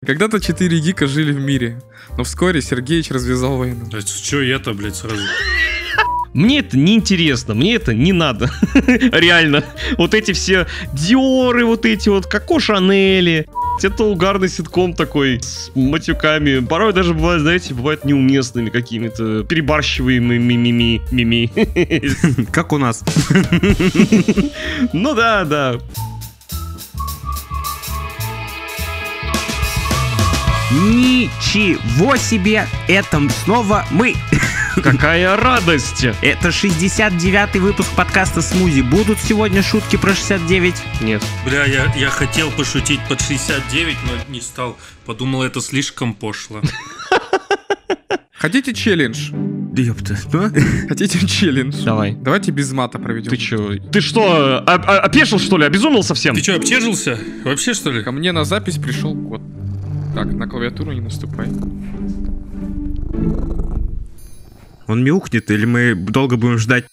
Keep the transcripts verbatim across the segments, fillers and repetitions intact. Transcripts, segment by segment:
Когда-то четыре гика жили в мире, но вскоре Сергеич развязал войну. Да что я-то, блядь, сразу... Мне это не интересно, мне это не надо. Реально. Вот эти все Диоры, вот эти вот, Коко Шанели. Это угарный ситком такой, с матюками. Порой даже бывает, знаете, бывает неуместными какими-то, перебарщиваемыми мими. мими. Как у нас. Ну да, да. Ничего себе! Это снова мы! Какая радость! Это шестьдесят девятый выпуск подкаста «Смузи». Будут сегодня шутки про шестьдесят девять? Нет. Бля, я, я хотел пошутить под шестьдесят девять, но не стал. Подумал, это слишком пошло. Хотите челлендж? Да ёпта. Хотите челлендж? Давай. Давайте без мата проведем. Ты чё? Ты что, а- а- опешил, что ли? Обезумел совсем? Ты чё, обтежился? Вообще, что ли? Ко мне на запись пришел код. Так, на клавиатуру не наступай. Он мяукнет, или мы долго будем ждать?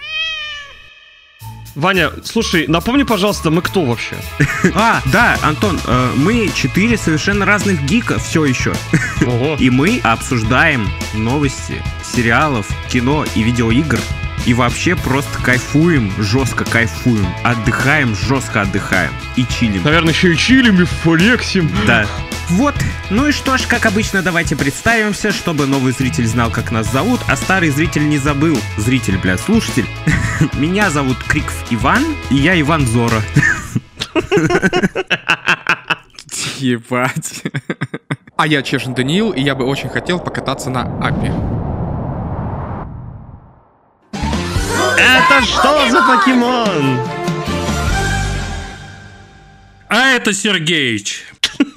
Ваня, слушай, напомни, пожалуйста, мы кто вообще? А, да, Антон, э, мы четыре совершенно разных гика все еще. Ого. И мы обсуждаем новости сериалов, кино и видеоигр. И вообще просто кайфуем, жестко кайфуем. Отдыхаем, жестко отдыхаем. И чилим. Наверное, еще и чилим, и флексим. Да. Вот, ну и что ж, как обычно, давайте представимся, чтобы новый зритель знал, как нас зовут, а старый зритель не забыл. Зритель, бля, слушатель. Меня зовут Криков Иван, и я Иван Зора. Ебать. А я Чешин Даниил, и я бы очень хотел покататься на Апе. Это что за покемон? А это Сергеич.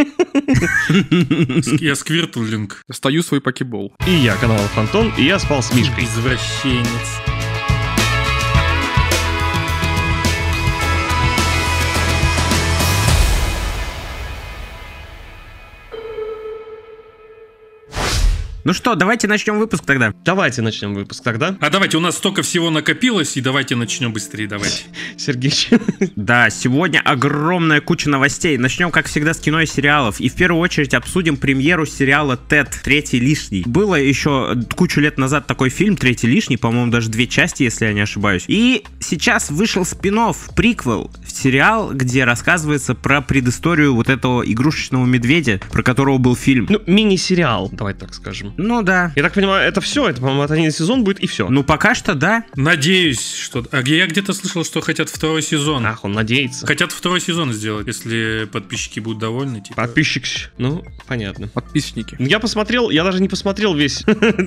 Я Сквиртлинг. Достаю свой покебол. И я, Коновалов Антон, и я спал с Мишкой. Извращенец. Ну что, давайте начнем выпуск тогда. Давайте начнем выпуск тогда. А давайте, у нас столько всего накопилось, и давайте начнем быстрее, давайте. Сергеич. Да, сегодня огромная куча новостей. Начнем, как всегда, с кино и сериалов. И в первую очередь обсудим премьеру сериала «Тед. Третий лишний». Было еще кучу лет назад такой фильм «Третий лишний», по-моему, даже две части, если я не ошибаюсь. И сейчас вышел спин-офф, приквел, сериал, где рассказывается про предысторию вот этого игрушечного медведя, про которого был фильм. Ну, мини-сериал, давай так скажем. Ну да. Я так понимаю, это все, это, по-моему, это один сезон будет и все. Ну пока что да. Надеюсь, что... А я где-то слышал, что хотят второй сезон. Ах, он надеется. Хотят второй сезон сделать, если подписчики будут довольны. Типа. Подписчик, ну, понятно. Подписчики. Я посмотрел, я даже не посмотрел весь.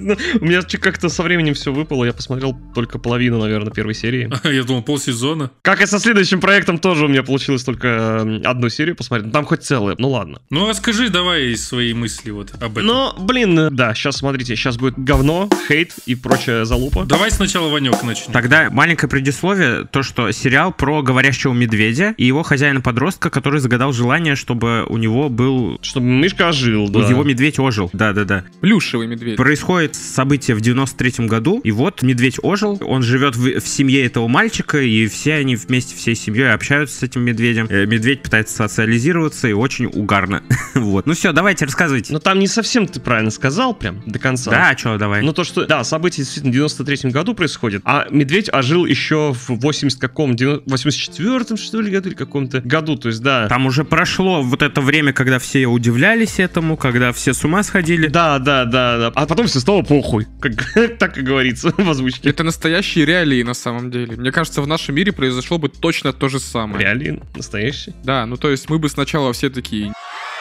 У меня как-то со временем все выпало, я посмотрел только половину, наверное, первой серии. Я думал, полсезона. Как и со следующим проектом тоже у меня получилось только одну серию посмотреть. Там хоть целая, ну ладно. Ну расскажи давай свои мысли вот об этом. Но, блин, да, сейчас смотрите, сейчас будет говно, хейт и прочая залупа. Давай сначала Ванек начнем. Тогда маленькое предисловие, то, что сериал про говорящего медведя и его хозяина-подростка, который загадал желание, чтобы у него был... Чтобы Мишка ожил, да. Его медведь ожил, да-да-да. Плюшевый медведь. Происходит событие в девяносто третьем году, и вот медведь ожил, он живет в, в семье этого мальчика, и все они вместе, всей семьей общаются с этим медведем. Э, медведь пытается социализироваться, и очень угарно. Вот. Ну все, давайте, рассказывайте. Но там не совсем ты правильно сказал, прям, до конца. Да, что, давай. Ну то, что, да, события действительно в девяносто третьем году происходит, а медведь ожил еще в восьмидесятом каком, восемьдесят четвёртом, что ли, году или каком-то году, то есть, да. Там уже прошло вот это время, когда все удивлялись этому, когда все с ума сходили. Да, да, да, да. А потом все стало похуй, как, так и говорится в озвучке. Это настоящие реалии на самом деле. Мне кажется, в нашем мире произошло бы точно то же самое. Реалии настоящие? Да, ну то есть мы бы сначала все такие...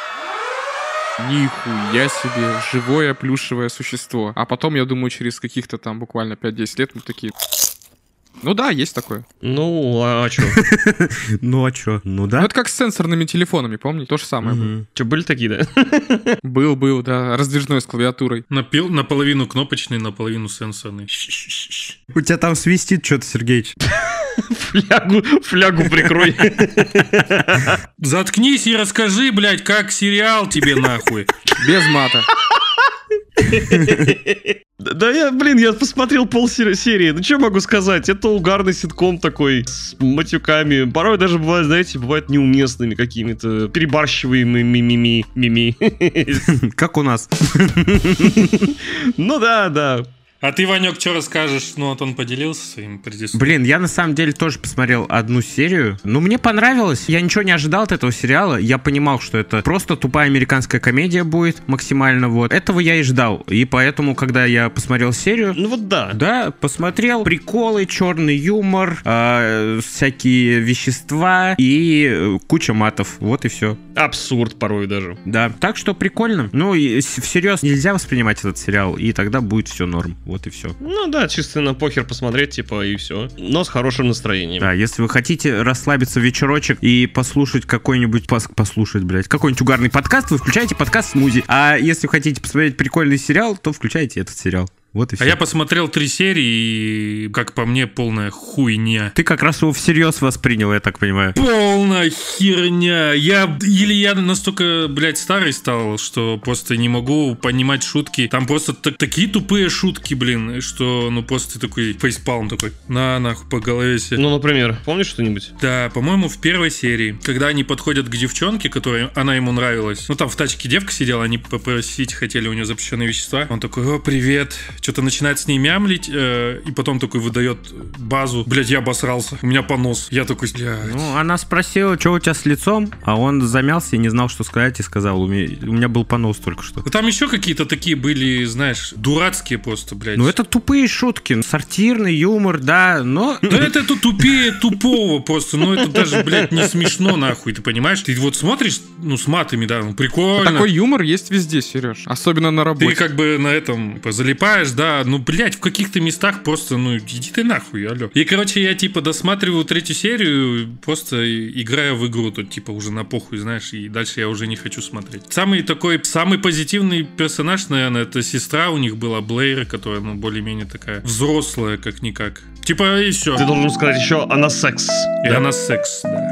Нихуя себе, живое плюшевое существо. А потом, я думаю, через каких-то там буквально пять-десять лет мы такие... Ну да, есть такое. Ну, а чё? Ну а чё? Ну Ну да. это как с сенсорными телефонами, помните? То же самое было. Чё, были такие, да? Был, был, да, раздвижной с клавиатурой. Напил наполовину кнопочный, наполовину сенсорный. У тебя там свистит что-то, Сергеич. Флягу, флягу прикрой. Заткнись и расскажи, блядь, как сериал тебе нахуй. Без мата. Да я, блин, я посмотрел полсерии, ну что могу сказать, это угарный ситком такой, с матюками, порой даже бывает, знаете, бывают неуместными какими-то, перебарщиваемыми мими, мими. Как у нас. Ну да, да. А ты, Ванек, что расскажешь? Ну, вот он поделился своим предисловием. Блин, я на самом деле тоже посмотрел одну серию. Ну, мне понравилось. Я ничего не ожидал от этого сериала. Я понимал, что это просто тупая американская комедия будет максимально. Вот. Этого я и ждал. И поэтому, когда я посмотрел серию... Ну вот да. Да, посмотрел. Приколы, черный юмор, э, всякие вещества и куча матов. Вот и все. Абсурд порой даже. Да, так что прикольно. Ну, и всерьез нельзя воспринимать этот сериал, и тогда будет все норм. Вот и все. Ну да, чисто на похер посмотреть, типа, и все. Но с хорошим настроением. Да, если вы хотите расслабиться в вечерочек и послушать какой-нибудь... Пос, послушать, блядь, какой-нибудь угарный подкаст, вы включаете подкаст «Смузи». А если вы хотите посмотреть прикольный сериал, то включайте этот сериал. Вот и все. А я посмотрел три серии, и, как по мне, полная хуйня. Ты как раз его всерьез воспринял, я так понимаю. Полная херня. Я, или я настолько, блядь, старый стал, что просто не могу понимать шутки. Там просто так, такие тупые шутки, блин, что, ну, просто такой фейспалм такой. На, нахуй, по голове себе. Ну, например, помнишь что-нибудь? Да, по-моему, в первой серии, когда они подходят к девчонке, которой она ему нравилась. Ну, там в тачке девка сидела, они попросить хотели у нее запрещенные вещества. Он такой: о, привет. Что-то начинает с ней мямлить, э, и потом такой выдает базу. Блядь, я обосрался, у меня понос. Я такой, блядь. Ну, она спросила, что у тебя с лицом, а он замялся и не знал, что сказать, и сказал: у меня, у меня был понос только что. Там еще какие-то такие были, знаешь, дурацкие просто, блядь. Ну, это тупые шутки, сортирный юмор, да, но... Да это тупее тупого просто, ну это даже, блядь, не смешно, нахуй, ты понимаешь? Ты вот смотришь, ну, с матами, да, ну, прикольно. Такой юмор есть везде, Сереж, особенно на работе. Ты как бы на этом типа, залипаешь, да, ну, блядь, в каких-то местах просто, ну, иди ты нахуй, алло. И, короче, я, типа, досматриваю третью серию, просто играю в игру, тут, типа, уже на похуй, знаешь, и дальше я уже не хочу смотреть. Самый такой, самый позитивный персонаж, наверное, это сестра у них была, Блэйр, которая, ну, более-менее такая взрослая, как-никак. Типа, и все. Ты должен сказать еще, она секс. И она секс, да.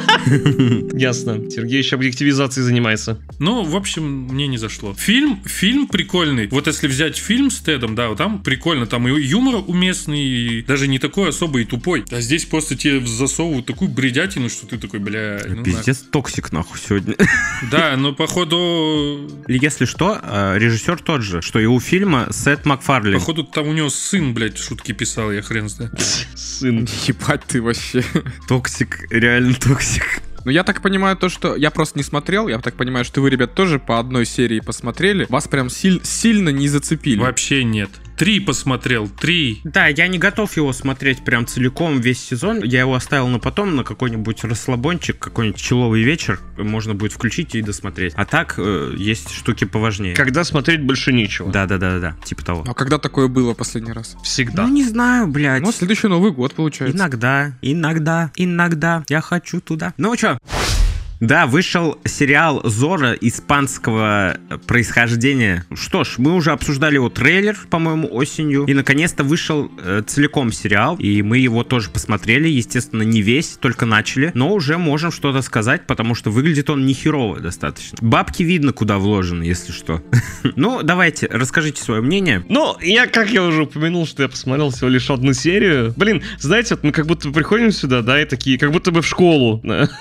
Ясно. Сергей еще объективизацией занимается. Ну, в общем, мне не зашло. Фильм, фильм прикольный. Вот если взять фильм с Тедом, да, вот там прикольно, там и юмор уместный, и даже не такой особо и тупой. А здесь просто тебе засовывают такую бредятину, что ты такой, бля... Ну, пиздец, нахуй. Токсик, нахуй, сегодня. Да, но походу... Если что, режиссер тот же, что и у фильма Сет Макфарлейн. Походу там у него сын, блядь, шутки писал, я хрен знаю. Сын. Ебать ты вообще. Токсик, реально токсик. Ну, я так понимаю то, что... Я просто не смотрел, я так понимаю, что вы, ребят, тоже по одной серии посмотрели. Вас прям силь... сильно не зацепили. Вообще нет. Три посмотрел, три. Да, я не готов его смотреть прям целиком весь сезон. Я его оставил на потом, на какой-нибудь расслабончик, какой-нибудь человый вечер. Можно будет включить и досмотреть. А так, э, есть штуки поважнее. Когда смотреть больше нечего. Да-да-да-да, типа того. А когда такое было последний раз? Всегда. Ну, не знаю, блядь. Ну, следующий Новый год, получается. Иногда, иногда, иногда. Я хочу туда. Ну, чё? Да, вышел сериал «Зорро» испанского происхождения. Что ж, мы уже обсуждали его трейлер, по-моему, осенью. И, наконец-то, вышел э, целиком сериал. И мы его тоже посмотрели. Естественно, не весь, только начали. Но уже можем что-то сказать, потому что выглядит он нехерово достаточно. Бабки видно, куда вложены, если что. Ну, давайте, расскажите свое мнение. Ну, я, как я уже упомянул, что я посмотрел всего лишь одну серию. Блин, знаете, вот мы как будто приходим сюда, да, и такие, как будто бы в школу.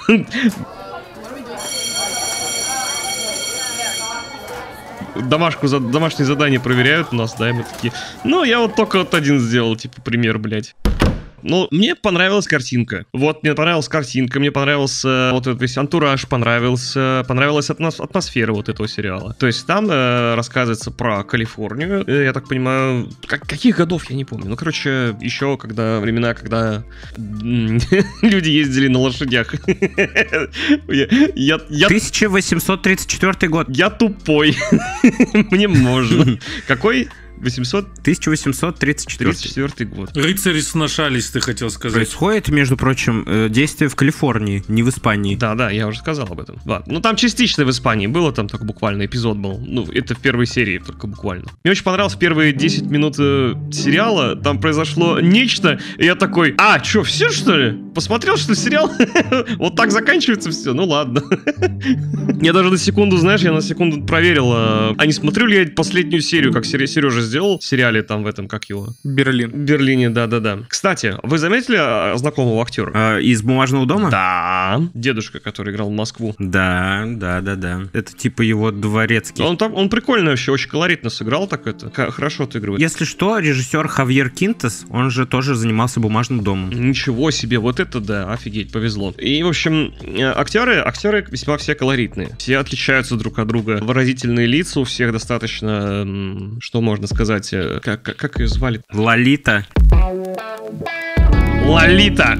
Домашку, домашние задания проверяют у нас, да, и мы такие, ну, я вот только вот один сделал, типа, пример, блядь. Ну, мне понравилась картинка. Вот, мне понравилась картинка, мне понравился вот этот весь антураж, понравился, понравилась атмосфера вот этого сериала. То есть там э, рассказывается про Калифорнию, э, я так понимаю, как, каких годов, я не помню. Ну, короче, еще когда времена, когда люди ездили на лошадях. тысяча восемьсот тридцать четвёртый год. Я тупой. Мне можно. Какой? восемьсот тысяча восемьсот тридцать четвёртый. тридцать четвёртый год. Рыцари сношались, ты хотел сказать. Происходит, между прочим, э, действие в Калифорнии, не в Испании. Да, да, я уже сказал об этом. Ладно. Ну, там частично в Испании было, там только буквально эпизод был. Ну, это в первой серии только буквально. Мне очень понравилось первые десять минут э, сериала. Там произошло нечто, и я такой, а, чё, все что ли? Посмотрел, что ли, сериал? Вот так заканчивается все? Ну, ладно. Я даже на секунду, знаешь, я на секунду проверил, а не смотрю ли я последнюю серию, как Сережа сделал в сериале там в этом, как его? Берлин. В Берлине, да-да-да. Кстати, вы заметили а, знакомого актера? А, из «Бумажного дома»? Да. Дедушка, который играл в Москву. Да, да, да, да. Это типа его дворецкий. Он, там, он прикольно вообще, очень колоритно сыграл, так это, хорошо отыгрывает. Если что, режиссер Хавьер Кинтес, он же тоже занимался «Бумажным домом». Ничего себе, вот это да, офигеть, повезло. И, в общем, актеры, актеры весьма все колоритные. Все отличаются друг от друга. Выразительные лица у всех достаточно, что можно сказать, как, как, как ее звали? Лолита. Лолита!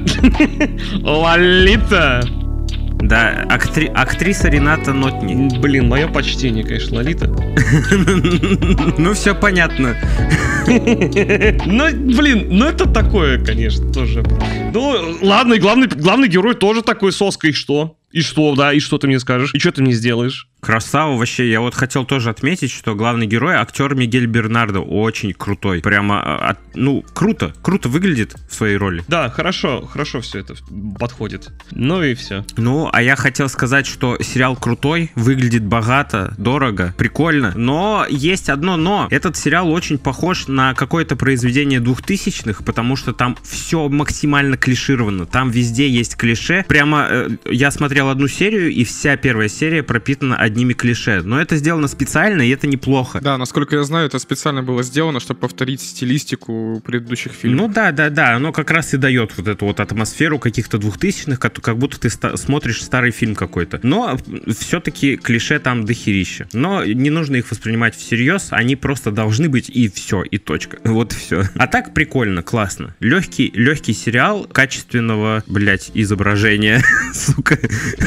Лолита! Да, актри- актриса Рената Нотни. Блин, мое почтение, конечно, Лолита. Ну, все понятно. Ну, блин, ну это такое, конечно, тоже. Ну, ладно, и главный, главный герой тоже такой соска, и что? И что, да, и что ты мне скажешь? И что ты мне сделаешь? Красава вообще. Я вот хотел тоже отметить, что главный герой, актер Мигель Бернардо, очень крутой. Прямо, от, ну, круто, круто выглядит в своей роли. Да, хорошо, хорошо все это подходит. Ну и все. Ну, а я хотел сказать, что сериал крутой, выглядит богато, дорого, прикольно. Но есть одно но. Этот сериал очень похож на какое-то произведение двухтысячных, потому что там все максимально клишировано. Там везде есть клише. Прямо э, я смотрел одну серию, и вся первая серия пропитана одними клише. Но это сделано специально, и это неплохо. Да, насколько я знаю, это специально было сделано, чтобы повторить стилистику предыдущих фильмов. Ну да, да, да. Оно как раз и дает вот эту вот атмосферу каких-то двухтысячных, как, как будто ты ста- смотришь старый фильм какой-то. Но все-таки клише там дохерища. Но не нужно их воспринимать всерьез, они просто должны быть, и все, и точка. Вот и все. А так прикольно, классно. Легкий, легкий сериал качественного, блять, изображения. Сука.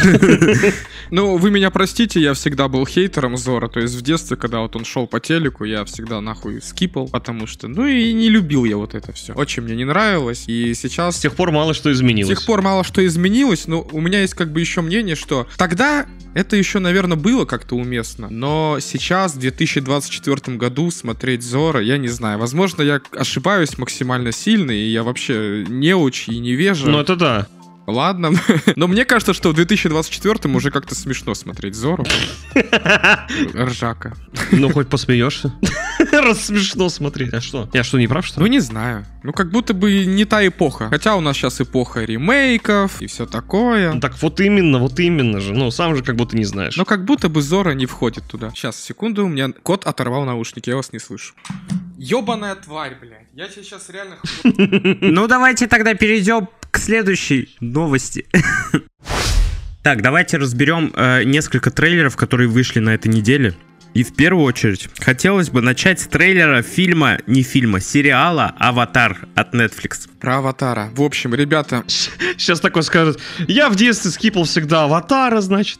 Ну, вы меня простите, я всегда был хейтером Зора, то есть в детстве, когда вот он шел по телеку, я всегда нахуй скипал, потому что, ну и не любил я вот это все. Очень мне не нравилось, и сейчас... С тех пор мало что изменилось. С тех пор мало что изменилось, но у меня есть как бы еще мнение, что тогда это еще, наверное, было как-то уместно, но сейчас, в две тысячи двадцать четвёртом году, смотреть Зора, я не знаю, возможно, я ошибаюсь максимально сильно, и я вообще неуч и невежа. Ну это да. Ладно, но мне кажется, что в две тысячи двадцать четвёртом уже как-то смешно смотреть Зору. Ржака. Ну, хоть посмеешься. Раз смешно смотреть. А что? Я что, не прав, что Ну, ли? не знаю. Ну, как будто бы не та эпоха. Хотя у нас сейчас эпоха ремейков и все такое. Ну, так вот именно, вот именно же. Ну, сам же как будто не знаешь. Но как будто бы Зора не входит туда. Сейчас, секунду, у меня кот оторвал наушники, я вас не слышу. Ёбаная тварь, блядь. Я тебе сейчас реально... Ну, давайте тогда перейдем к следующей новости. Так, давайте разберем э, несколько трейлеров, которые вышли на этой неделе. И в первую очередь хотелось бы начать с трейлера фильма, не фильма, сериала «Аватар» от Netflix. Про Аватара. В общем, ребята... Сейчас такой скажет, я в детстве скипал всегда Аватара, значит.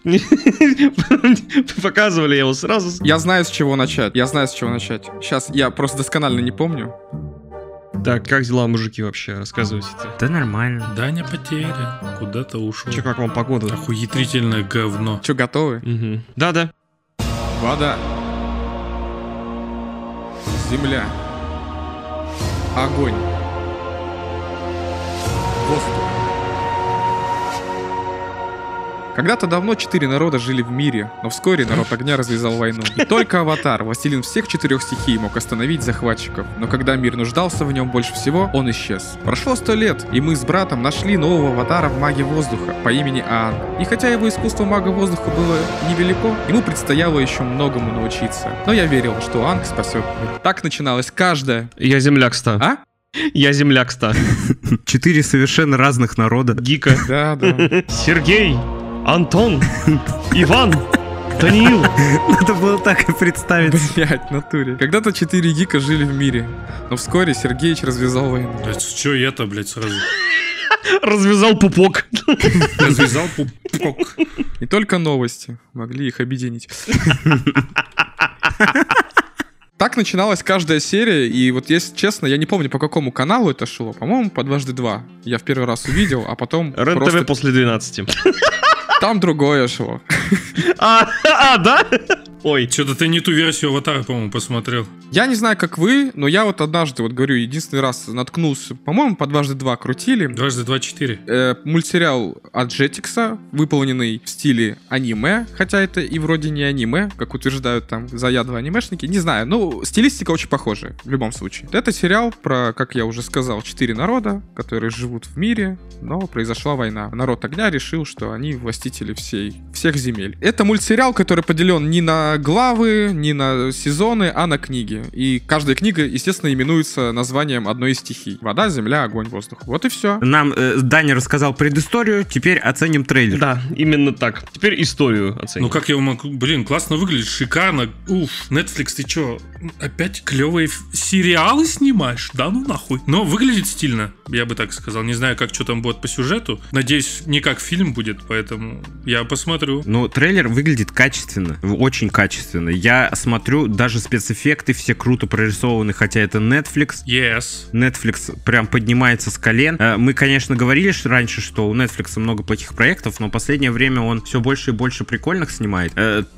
Показывали его сразу. Я знаю, с чего начать. Я знаю, с чего начать. Сейчас, я просто досконально не помню. Так, как дела, мужики, вообще? Рассказывайте-то. Да нормально. Даня потеря. Куда-то ушел. Че, как вам погода? Охуетрительное говно. Че, готовы? Угу. Да-да. Вода. Земля. Огонь. Воздух. Когда-то давно четыре народа жили в мире, но вскоре народ огня развязал войну. И только Аватар, властелин всех четырех стихий, мог остановить захватчиков. Но когда мир нуждался в нем больше всего, он исчез. Прошло сто лет, и мы с братом нашли нового Аватара в маге воздуха по имени Аанг. И хотя его искусство мага воздуха было невелико, ему предстояло еще многому научиться. Но я верил, что Аанг спасет мир. Так начиналась каждая... Я земляк ста. А? Я земляк ста. Четыре совершенно разных народа. Гика. Да, да. Сергей. Антон, Иван, Даниил. Надо было так и представить. Блять, в натуре. Когда-то четыре гика жили в мире, но вскоре Сергеич развязал войну. Блять, чё я-то, блять, сразу? Развязал пупок. Развязал пупок. И только новости могли их объединить. Так Так начиналась каждая серия, и вот если честно, я не помню, по какому каналу это шло. По-моему, по дважды два. Я в первый раз увидел, а потом РЕН-ТВ просто... после двенадцати. Там другое шло. А, а, да? Ой. Что-то ты не ту версию Аватара, по-моему, посмотрел. Я не знаю, как вы, но я вот однажды, вот говорю, единственный раз наткнулся, по-моему, по дважды два крутили. Дважды два четыре. Э, мультсериал от Jetix, выполненный в стиле аниме, хотя это и вроде не аниме, как утверждают там заядлые анимешники. Не знаю, ну, стилистика очень похожая, в любом случае. Это сериал про, как я уже сказал, четыре народа, которые живут в мире, но произошла война. Народ огня решил, что они властители всей, всех земель. Это мультсериал, который поделен не на главы, не на сезоны, а на книги. И каждая книга, естественно, именуется названием одной из стихий. Вода, земля, огонь, воздух. Вот и все. Нам э, Даня рассказал предысторию, теперь оценим трейлер. Да, именно так. Теперь историю оценим. Ну как я могу... Блин, классно выглядит, шикарно. Уф, Netflix, ты чё, опять клевые сериалы снимаешь? Да ну нахуй. Но выглядит стильно, я бы так сказал. Не знаю, как что там будет по сюжету. Надеюсь, не как фильм будет, поэтому я посмотрю. Ну, трейлер выглядит качественно, очень качественно. Я смотрю, даже спецэффекты все круто прорисованы, хотя это Netflix. Yes. Netflix прям поднимается с колен. Мы, конечно, говорили что раньше, что у Netflix много плохих проектов, но в последнее время он все больше и больше прикольных снимает.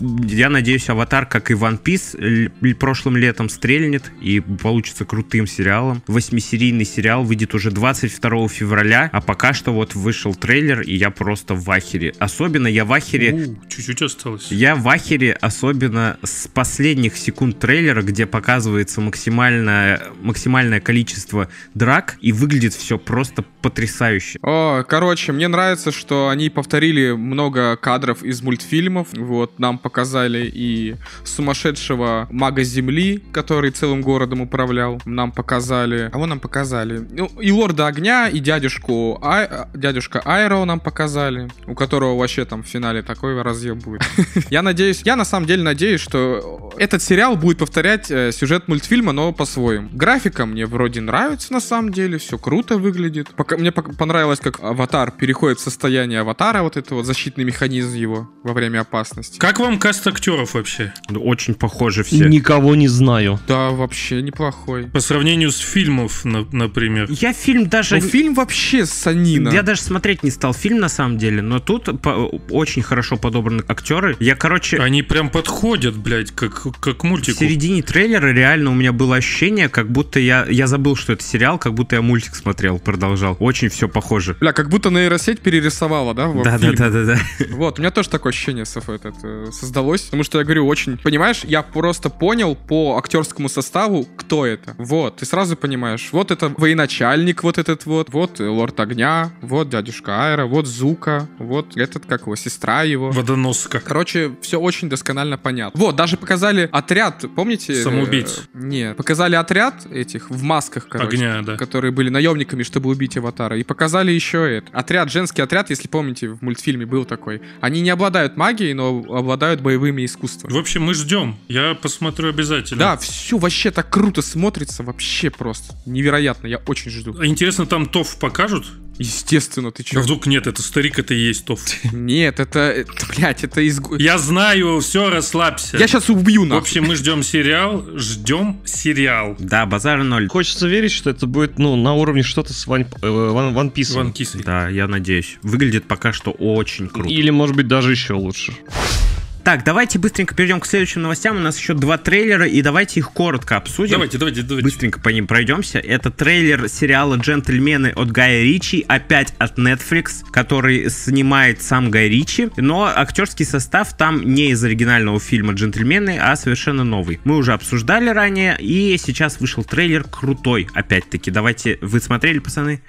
Я надеюсь, Аватар, как и One Piece, прошлым летом стрельнет и получится крутым сериалом. Восьмисерийный сериал выйдет уже двадцать второго февраля, а пока что вот вышел трейлер, и я просто в ахере. Особенно я в ахере... У, чуть-чуть осталось. Я в ахере, особенно с последних секунд трейлера, где показывается максимальное, максимальное количество драк, и выглядит все просто потрясающе. О, короче, мне нравится, что они повторили много кадров из мультфильмов. Вот, нам показали и сумасшедшего мага Земли, который целым городом управлял. Нам показали... Кого нам показали? Ну, и Лорда Огня, и дядюшку... Ай... Дядюшка Айро нам показали, у которого вообще там в финале такой разъем будет. Я надеюсь... Я на самом деле надеюсь, что этот сериал будет повторять э, сюжет мультфильма, но по-своему. Графика мне вроде нравится на самом деле, все круто выглядит. Пока, мне пока понравилось, как Аватар переходит в состояние Аватара, вот это вот защитный механизм его во время опасности. Как вам каст актеров вообще? Очень похожи все. Никого не знаю. Да, вообще неплохой. По сравнению с фильмов, на, например. Я фильм даже... Ну, фильм вообще санина. Я даже смотреть не стал фильм на самом деле, но тут по- очень хорошо подобраны актеры. Я, короче... Они прям подходят, блядь, как, как мультику. В середине трейлера реально у меня было ощущение, как будто я, я забыл, что это сериал, как будто я мультик смотрел, продолжал. Очень все похоже. Бля, как будто нейросеть перерисовала, да? Да, да, да, да, да. Вот, у меня тоже такое ощущение это, создалось, потому что я говорю, очень... Понимаешь, я просто понял по актерскому составу, кто это. Вот, ты сразу понимаешь, вот это военачальник вот этот вот, вот Лорд Огня, вот дядюшка Айро, вот Зука, вот этот, как его, сестра его. Водоноска. Короче, все очень досконально понятно. Вот, даже показали отряд, помните? Самоубийц. Э, нет, показали отряд этих в масках, короче. Огня, да. Которые были наемниками, чтобы убить Аватара. И показали еще это. Отряд, женский отряд, если помните, в мультфильме был такой. Они не обладают магией, но обладают боевыми искусствами. В общем, мы ждем. Я посмотрю обязательно. Да, все вообще так круто смотрится, вообще просто невероятно. Я очень жду. Интересно, там ТОВ покажут? Естественно, ты А че? вдруг нет, это старик, это и есть ТОВ. Нет, это, это блядь, это из... Я знаю, все, расслабься. Я сейчас убью, В нахуй. общем, мы ждем сериал, ждем сериал. Да, базара ноль. Хочется верить, что это будет, ну, на уровне что-то с One, э, One, One Piece. Ван Кисой. Да, я надеюсь. Выглядит пока что очень круто. Или, может быть, даже еще лучше. Так, давайте быстренько перейдем к следующим новостям. У нас еще два трейлера, и давайте их коротко обсудим. Давайте, давайте, давайте. Быстренько по ним пройдемся. Это трейлер сериала «Джентльмены» от Гая Ричи, опять от Netflix, который снимает сам Гай Ричи. Но актерский состав там не из оригинального фильма «Джентльмены», а совершенно новый. Мы уже обсуждали ранее, и сейчас вышел трейлер крутой, опять-таки. Давайте, вы смотрели, пацаны?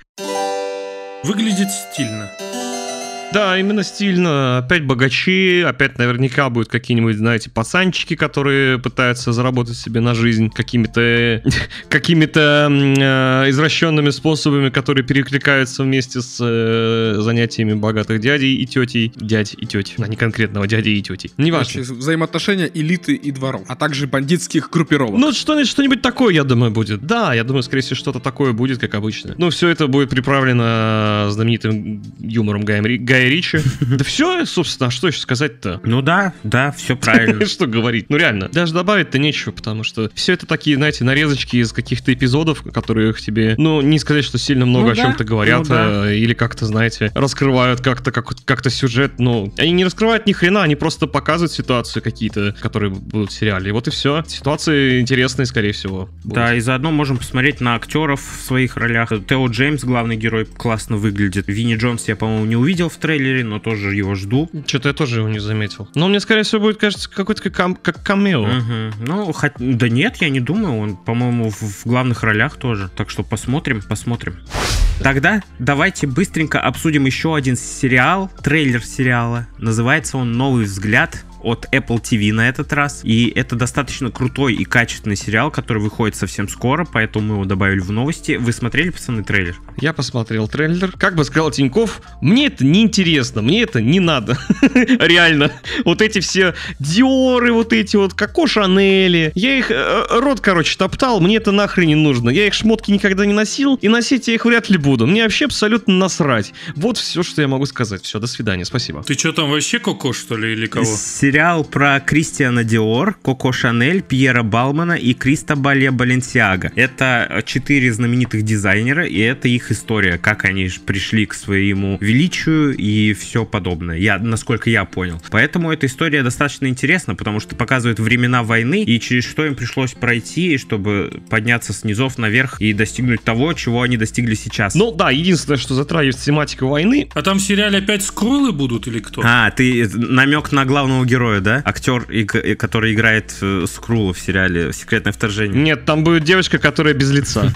Выглядит стильно. Да, именно стильно. Опять богачи, опять наверняка будут какие-нибудь, знаете, пацанчики, которые пытаются заработать себе на жизнь какими-то какими-то э, извращенными способами, которые перекликаются вместе с э, занятиями богатых дядей и тетей. Дядь и тети, а не конкретного дяди и тети. Неважно. Короче, взаимоотношения элиты и дворов, а также бандитских группировок. Ну, что-нибудь, что-нибудь такое, я думаю, будет. Да, я думаю, скорее всего, что-то такое будет, как обычно. Ну, все это будет приправлено знаменитым юмором Гая, Гая Гая Ричи. Да все, собственно, а что еще сказать-то? Ну да, да, все правильно. Что говорить? Ну реально, даже добавить-то нечего, потому что все это такие, знаете, нарезочки из каких-то эпизодов, которые тебе, ну, не сказать, что сильно много Ну о да, чем-то говорят, ну да. э, или как-то, знаете, раскрывают как-то как, как-то сюжет. Ну, они не раскрывают ни хрена, они просто показывают ситуацию какие-то, которые будут в сериале. И вот и все. Ситуации интересные, скорее всего. будут. Да, и заодно можем посмотреть на актеров в своих ролях. Тео Джеймс, главный герой, классно выглядит. Винни Джонс я, по-моему, не увидел в трейлере, но тоже его жду. Что-то я тоже его не заметил. Но мне, скорее всего, будет, кажется, какой-то как, кам- как камео. Мгм. Ну, хоть... да нет, я не думаю. Он, по-моему, в, в главных ролях тоже. Так что посмотрим, посмотрим. Тогда давайте быстренько обсудим еще один сериал, трейлер сериала. Называется он «Новый взгляд». От Apple ти ви на этот раз. И это достаточно крутой и качественный сериал, который выходит совсем скоро, поэтому мы его добавили в новости. Вы смотрели, пацаны, трейлер? Я посмотрел трейлер. Как бы сказал Тиньков, мне это не интересно, мне это не надо. Реально. Вот эти все Диоры, вот эти вот Коко Шанели. Я их э, рот, короче, топтал, мне это нахрен не нужно. Я их шмотки никогда не носил, и носить я их вряд ли буду. Мне вообще абсолютно насрать. Вот все, что я могу сказать. Все, до свидания, спасибо. Ты что там вообще Коко, что ли, или кого? Сериал про Кристиана Диор, Коко Шанель, Пьера Балмана и Кристобаля Баленсиага. Это четыре знаменитых дизайнера, и это их история, как они пришли к своему величию и все подобное. Я, насколько я понял. Поэтому эта история достаточно интересна, потому что показывает времена войны и через что им пришлось пройти, чтобы подняться с низов наверх и достигнуть того, чего они достигли сейчас. Ну да, единственное, что затрагивает тематику войны. А там в сериале опять скроллы будут или кто? А, ты намек на главного героя, да? Актер, который играет Скрула в сериале «Секретное вторжение». Нет, там будет девочка, которая без лица.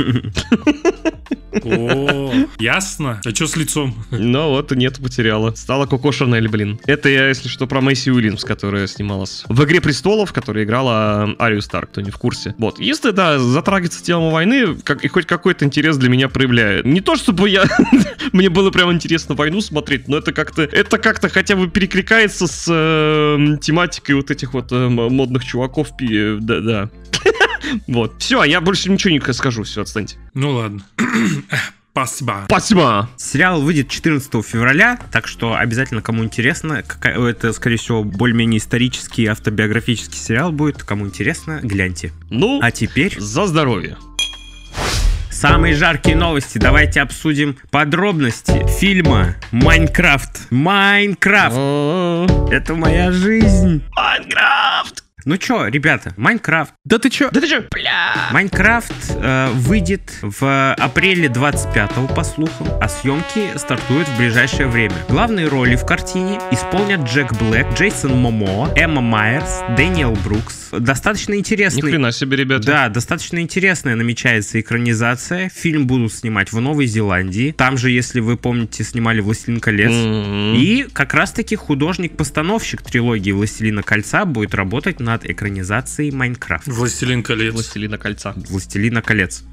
О, ясно. А что с лицом? Ну вот, нет, потеряла. Стала Коко Шанель, блин. Это я, если что, про Мэйси Уильямс, которая снималась в «Игре престолов», которая играла Арию Старк, кто не в курсе. Вот, если, да, затрагивается тема войны, как, и хоть какой-то интерес для меня проявляет. Не то, чтобы я... Мне было прям интересно войну смотреть, но это как-то... Это как-то хотя бы перекликается с э, тематикой вот этих вот э, модных чуваков. Пи... Да, да. Вот. Все, я больше ничего не скажу, все, отстаньте. Ну ладно. Спасибо. Спасибо. Сериал выйдет четырнадцатого февраля, так что обязательно, кому интересно, какая- это, скорее всего, более-менее исторический, автобиографический сериал будет. Кому интересно, гляньте. Ну, А теперь за здоровье. самые жаркие новости. Давайте обсудим подробности фильма «Майнкрафт». Майнкрафт. О, Это моя жизнь. Майнкрафт. Ну чё, ребята, Майнкрафт. Да ты чё? Да ты чё, бля? Майнкрафт э, выйдет в апреле двадцать пятого, по слухам, а съемки стартуют в ближайшее время. Главные роли в картине исполнят Джек Блэк, Джейсон Момоа, Эмма Майерс, Дэниел Брукс. Достаточно Ни интересный... хрена себе, ребята. Да, достаточно интересная намечается экранизация. Фильм будут снимать в Новой Зеландии. Там же, если вы помните, снимали «Властелин колец». М-м. И как раз-таки художник-постановщик трилогии «Властелина кольца» будет работать над экранизацией Майнкрафт. Властелин колец. Властелина кольца. «Властелина колец».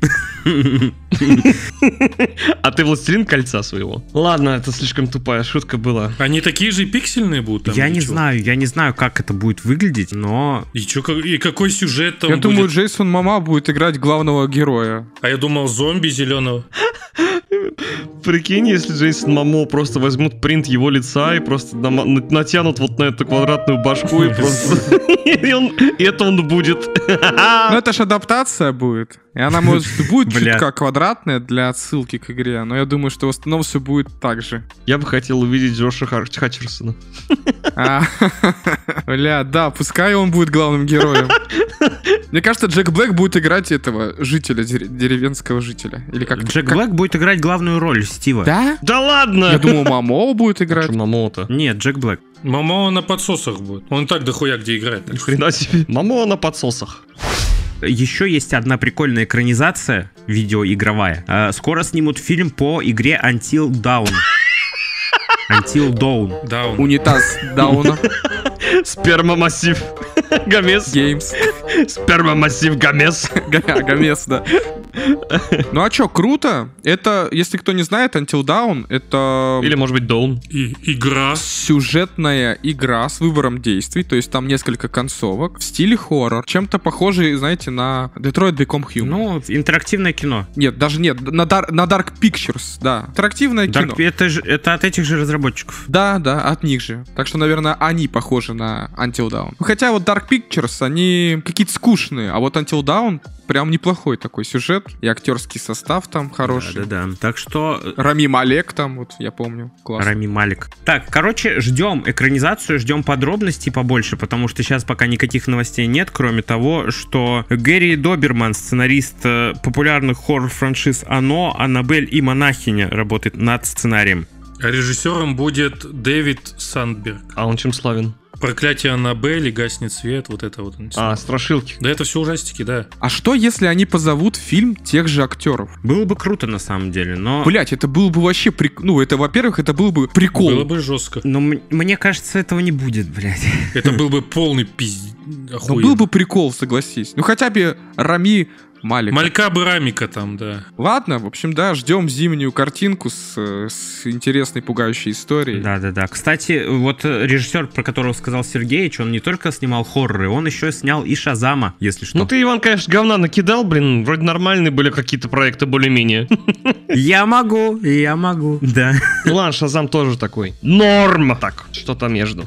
А ты властелин кольца своего? Ладно, это слишком тупая шутка была. Они такие же пиксельные будут там? Я или не чё? знаю, я не знаю, как это будет выглядеть, но... И, чё, как- и какой сюжет там Я будет? думаю, Джейсон Мома будет играть главного героя. А я думал, зомби зеленого. Прикинь, если Джейсон Момо просто возьмут принт его лица и просто нама- на- натянут вот на эту квадратную башку и просто... И он- и это он будет. Ну это ж адаптация будет. И она, может, будет Бля. чутка квадратная для отсылки к игре, но я думаю, что в основном все будет так же. Я бы хотел увидеть Джоша Хар- Хатчерсона. А, Бля, да, пускай он будет главным героем. Мне кажется, Джек Блэк будет играть этого жителя, дер- деревенского жителя. Или как Джек как- Блэк будет играть главную роль Стива. Да? Да ладно! Я думал, Мамо будет играть. Что Момо-то? Нет, Джек Блэк. Мамо на подсосах будет. Он так дохуя где играет. Ни хрена себе. Момо на подсосах. Еще есть одна прикольная экранизация, видеоигровая. Э, Скоро снимут фильм по игре Until Dawn. Until Dawn. Да, он. Унитаз Дауна Спермомассив. Гомес. Геймс. Спермомассив Гомес. Гомес, да. Ну а чё, круто? Это, если кто не знает, Until Dawn — это... Или, может быть, Dawn. И, игра. Сюжетная игра с выбором действий, то есть там несколько концовок в стиле хоррор. Чем-то похожий, знаете, на Detroit Become Human. Ну, интерактивное кино. Нет, даже нет, на, Dar- на Dark Pictures, да. Интерактивное кино. Dark, это, же, это от этих же разработчиков. Да, да, от них же. Так что, наверное, они похожи на Until Dawn. Хотя вот Dark Pictures, они какие-то скучные, а вот Until Dawn прям неплохой такой сюжет, и актерский состав там хороший. Да-да-да. Так что... Рами Малек там, вот я помню. Классно. Рами Малек. Так, короче, ждем экранизацию, ждем подробностей побольше, потому что сейчас пока никаких новостей нет, кроме того, что Гэри Доберман, сценарист э, популярных хоррор-франшиз «Оно», «Аннабель» и «Монахиня», работает над сценарием. А режиссером будет Дэвид Сандберг. А он чем славен? «Проклятие Аннабель», «Гаснет свет», вот это вот. А, страшилки. Да это все ужастики, да. А что, если они позовут в фильм тех же актеров? Было бы круто на самом деле, но... Блять, это было бы вообще прик... Ну, это, во-первых, это был бы прикол. Было бы жестко. Но м- мне кажется, этого не будет, блядь. Это был бы полный пиздец. Ну, был бы прикол, согласись. Ну, хотя бы Рами Малик. Малька бы Рамика там, да. Ладно, в общем, да, ждем зимнюю картинку с, с интересной, пугающей историей. Да-да-да. Кстати, вот режиссер, про которого сказал Сергеич, он не только снимал хорроры, он еще снял и Шазама, если что. Ну ты, Иван, конечно, говна накидал, блин, вроде нормальные были какие-то проекты более-менее. Я могу, я могу, да. Ну ладно, Шазам тоже такой. Норм! Так, что-то между.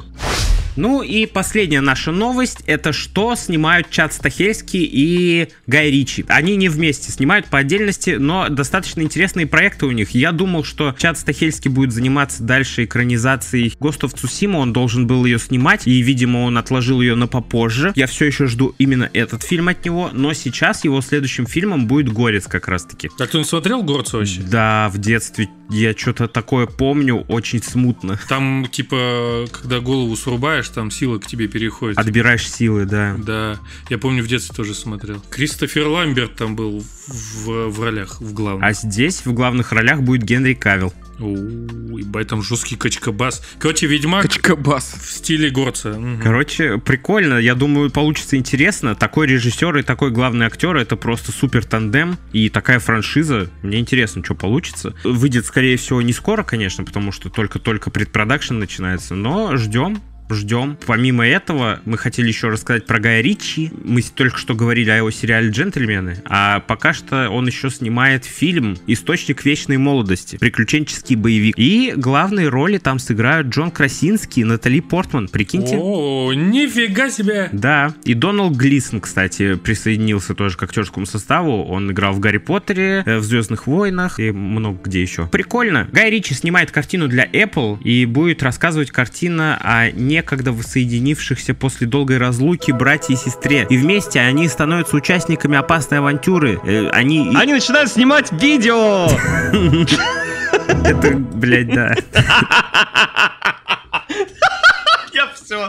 Ну и последняя наша новость, это что снимают Чад Стахельский и Гай Ричи. Они не вместе снимают по отдельности, но достаточно интересные проекты у них. Я думал, что Чад Стахельский будет заниматься дальше экранизацией Ghost of Tsushima, он должен был ее снимать, и, видимо, он отложил ее на попозже. Я все еще жду именно этот фильм от него, но сейчас его следующим фильмом будет Горец как раз-таки. А кто не смотрел «Горца» вообще? Да, в детстве я что-то такое помню, очень смутно. Там, типа, когда голову срубаешь, там сила к тебе переходит. Отбираешь силы, да. Да, я помню, в детстве тоже смотрел. Кристофер Ламберт там был в, в ролях, в главных. А здесь в главных ролях будет Генри Кавилл. Оу, ебать, там жесткий качкабас. Короче, Ведьмак Качкабас. в стиле Горца. Угу. Короче, прикольно. Я думаю, получится интересно. Такой режиссер и такой главный актер — это просто супер тандем. И такая франшиза. Мне интересно, что получится. Выйдет, скорее всего, не скоро, конечно, потому что только-только предпродакшн начинается. Но ждем. Ждем. Помимо этого, мы хотели еще рассказать про Гая Ричи. Мы только что говорили о его сериале «Джентльмены», а пока что он еще снимает фильм «Источник вечной молодости», приключенческий боевик. И главные роли там сыграют Джон Красинский и Натали Портман, прикиньте. О, нифига себе! Да, и Дональд Глисон, кстати, присоединился тоже к актерскому составу. Он играл в «Гарри Поттере», в «Звездных войнах» и много где еще. Прикольно. Гай Ричи снимает картину для Apple, и будет рассказывать картина о некогда воссоединившихся после долгой разлуки братья и сестре. И вместе они становятся участниками опасной авантюры. Э, они... Они начинают снимать видео! Это, блядь, да. Я все.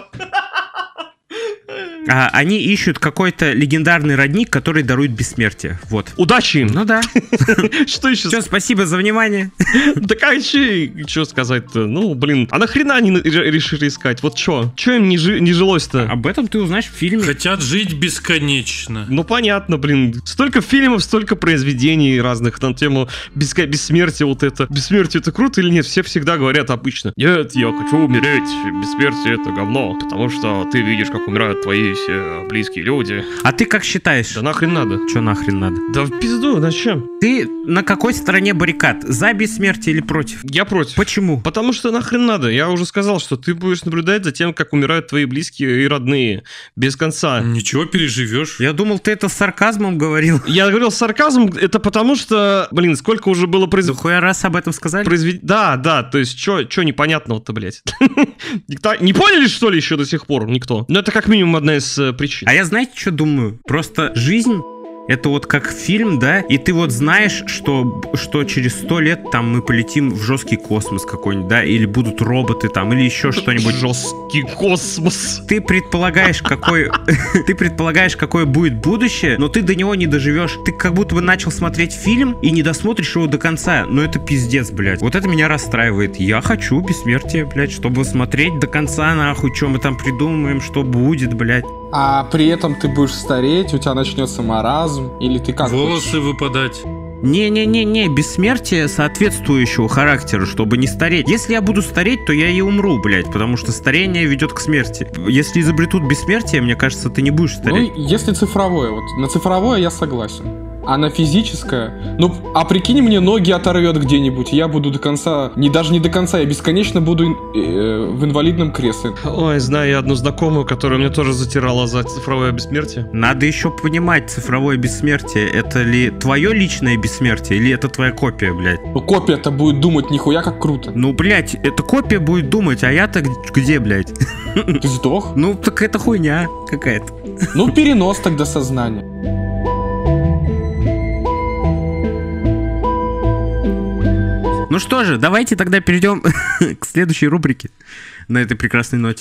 А, они ищут какой-то легендарный родник, который дарует бессмертие. Вот. Удачи им! Ну да. Что еще? Все, спасибо за внимание. Так а что сказать-то? Ну, блин, а нахрена они решили искать? Вот что? Что им не, жи- не жилось-то? Об этом ты узнаешь в фильме. Хотят жить бесконечно. Ну, понятно, блин. Столько фильмов, столько произведений разных на тему беска- бессмертия вот это. Бессмертие это круто или нет? Все всегда говорят обычно. Нет, я хочу умереть. Бессмертие это говно. Потому что ты видишь, как умирают твои все близкие люди. А ты как считаешь? Да нахрен надо. Что нахрен надо? Да в пизду, зачем? Ты на какой стороне баррикад? За бессмертие или против? Я против. Почему? Потому что нахрен надо. Я уже сказал, что ты будешь наблюдать за тем, как умирают твои близкие и родные. Без конца. Ничего, переживешь. Я думал, ты это с сарказмом говорил. Я говорил сарказм, это потому что, блин, сколько уже было произведено. Хуя раз об этом сказали? Произвед... Да, да, то есть, что непонятного-то, блядь? Никто... Не поняли, что ли, еще до сих пор? Никто. Ну, это как минимум одна из э, причин. А я, знаете, что думаю? Просто жизнь... Это вот как фильм, да, и ты вот знаешь, что, что через сто лет там мы полетим в жесткий космос какой-нибудь, да, или будут роботы там, или еще что-нибудь. Жесткий космос. Ты предполагаешь, какой... Ты предполагаешь, какое будет будущее, но ты до него не доживешь. Ты как будто бы начал смотреть фильм и не досмотришь его до конца. Но это пиздец, блядь. Вот это меня расстраивает. Я хочу бессмертия, блядь, чтобы смотреть до конца, нахуй, что мы там придумаем, что будет, блядь. А при этом ты будешь стареть, у тебя начнется маразм, оргазм? Или ты как? Волосы хочешь? выпадать. Не-не-не-не, бессмертие соответствующего характера, чтобы не стареть. Если я буду стареть, то я и умру, блядь, потому что старение ведет к смерти. Если изобретут бессмертие, мне кажется, ты не будешь стареть. Ну, если цифровое, вот на цифровое я согласен. А на физическое? Ну, а прикинь, мне ноги оторвет где-нибудь, и я буду до конца, не даже не до конца, я бесконечно буду э, в инвалидном кресле. Ой, знаю я одну знакомую, которая мне тоже затирала за цифровое бессмертие. Надо еще понимать, цифровое бессмертие, это ли твое личное бессмертие, или это твоя копия, блядь? Ну, копия-то будет думать нихуя как круто. Ну, блядь, эта копия будет думать, а я-то где, блядь? Ты сдох? Ну, так это хуйня какая-то. Ну, перенос тогда сознания. Ну что же, давайте тогда перейдем к следующей рубрике на этой прекрасной ноте.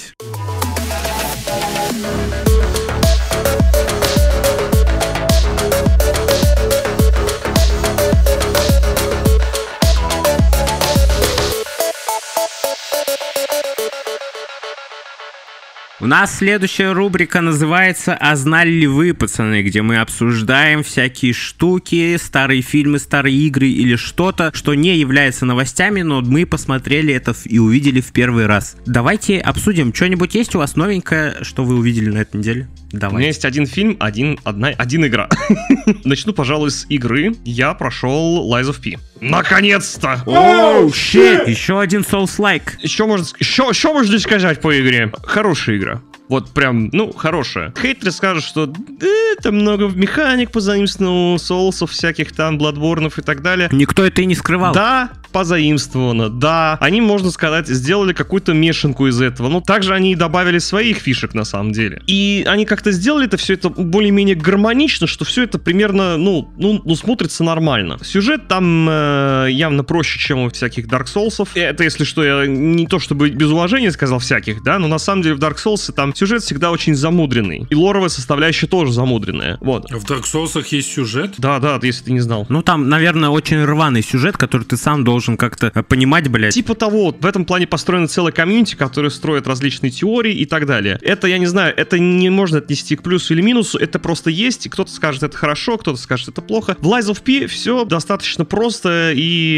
У нас следующая рубрика называется «А знали ли вы, пацаны?», где мы обсуждаем всякие штуки, старые фильмы, старые игры или что-то, что не является новостями, но мы посмотрели это и увидели в первый раз. Давайте обсудим. Что-нибудь есть у вас новенькое, что вы увидели на этой неделе? Давай. У меня есть один фильм, один, одна, один игра. Начну, пожалуй, с игры. Я прошел Lies of P. Наконец-то! Оу, щит! Еще один Souls-like. Еще можно, еще, еще можно сказать по игре. Хорошая игра. Вот прям, ну, хорошая. Хейтеры скажут, что да, там много механик позаимствовано, соусов всяких там, бладборнов и так далее. Никто это и не скрывал. Да, позаимствовано, да. Они, можно сказать, сделали какую-то мешанку из этого. Но также они и добавили своих фишек на самом деле. И они как-то сделали это все это более-менее гармонично, что все это примерно, ну, ну, ну смотрится нормально. Сюжет там э, явно проще, чем у всяких Dark Souls'ов. Это, если что, я не то чтобы без уважения сказал всяких, да, но на самом деле в Dark Souls'е там сюжет всегда очень замудренный. И лоровая составляющая тоже замудренная. Вот. В Dark Souls'ах есть сюжет? Да, да, если ты не знал. Ну там, наверное, очень рваный сюжет, который ты сам должен как-то понимать, блядь. Типа того, в этом плане построена целая комьюнити, которая строит различные теории и так далее. Это, я не знаю, это не можно отнести к плюсу или минусу, это просто есть, и кто-то скажет, это хорошо, кто-то скажет, это плохо. В Lies of P все достаточно просто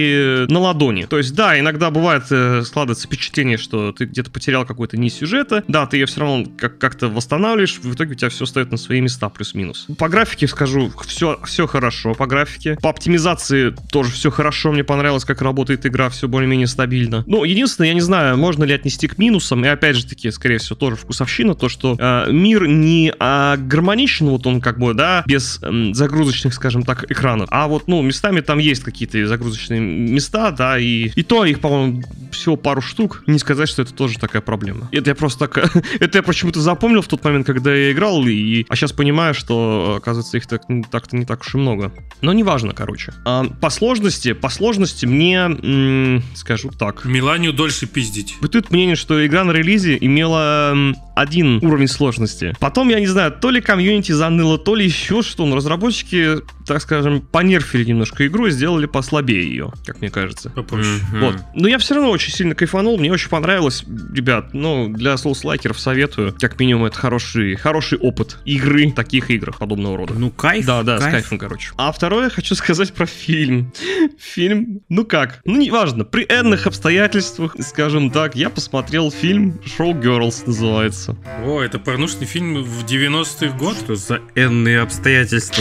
и на ладони. То есть, да, иногда бывает э, складывается впечатление, что ты где-то потерял какой-то нить сюжета, да, ты ее все равно как- как-то восстанавливаешь, в итоге у тебя все встает на свои места, плюс-минус. По графике скажу, все, все хорошо по графике. По оптимизации тоже все хорошо, мне понравилось, как работает игра, все более-менее стабильно. Ну, единственное, я не знаю, можно ли отнести к минусам, и опять же таки, скорее всего, тоже вкусовщина, то, что э, мир не а, гармоничен, вот он как бы, да, без э, загрузочных, скажем так, экранов, а вот, ну, местами там есть какие-то загрузочные места, да, и, и то их, по-моему, всего пару штук, не сказать, что это тоже такая проблема. Это я просто так, это я почему-то запомнил в тот момент, когда я играл, и, а сейчас понимаю, что, оказывается, их так, так-то не так уж и много. Но неважно, короче. А, по сложности, по сложности мне, м- скажу так. Миланию дольше пиздить. Бытует мнение, что игра на релизе имела м, один уровень сложности. Потом, я не знаю, то ли комьюнити заныло, то ли еще что, но разработчики, так скажем, понерфили немножко игру и сделали послабее ее, как мне кажется. Попроще. Мгм. Вот. Но я все равно очень сильно кайфанул, мне очень понравилось, ребят, ну, для соус-лайкеров советую, как минимум, это хороший, хороший опыт игры в таких играх подобного рода. Ну, кайф. Да, да, кайф. с кайфом, короче. А второе хочу сказать про фильм. Фильм, ну как, ну неважно, при энных обстоятельствах, скажем так, я посмотрел фильм «Showgirls» называется. О, это порнушный фильм в девяностых год? Что за энные обстоятельства?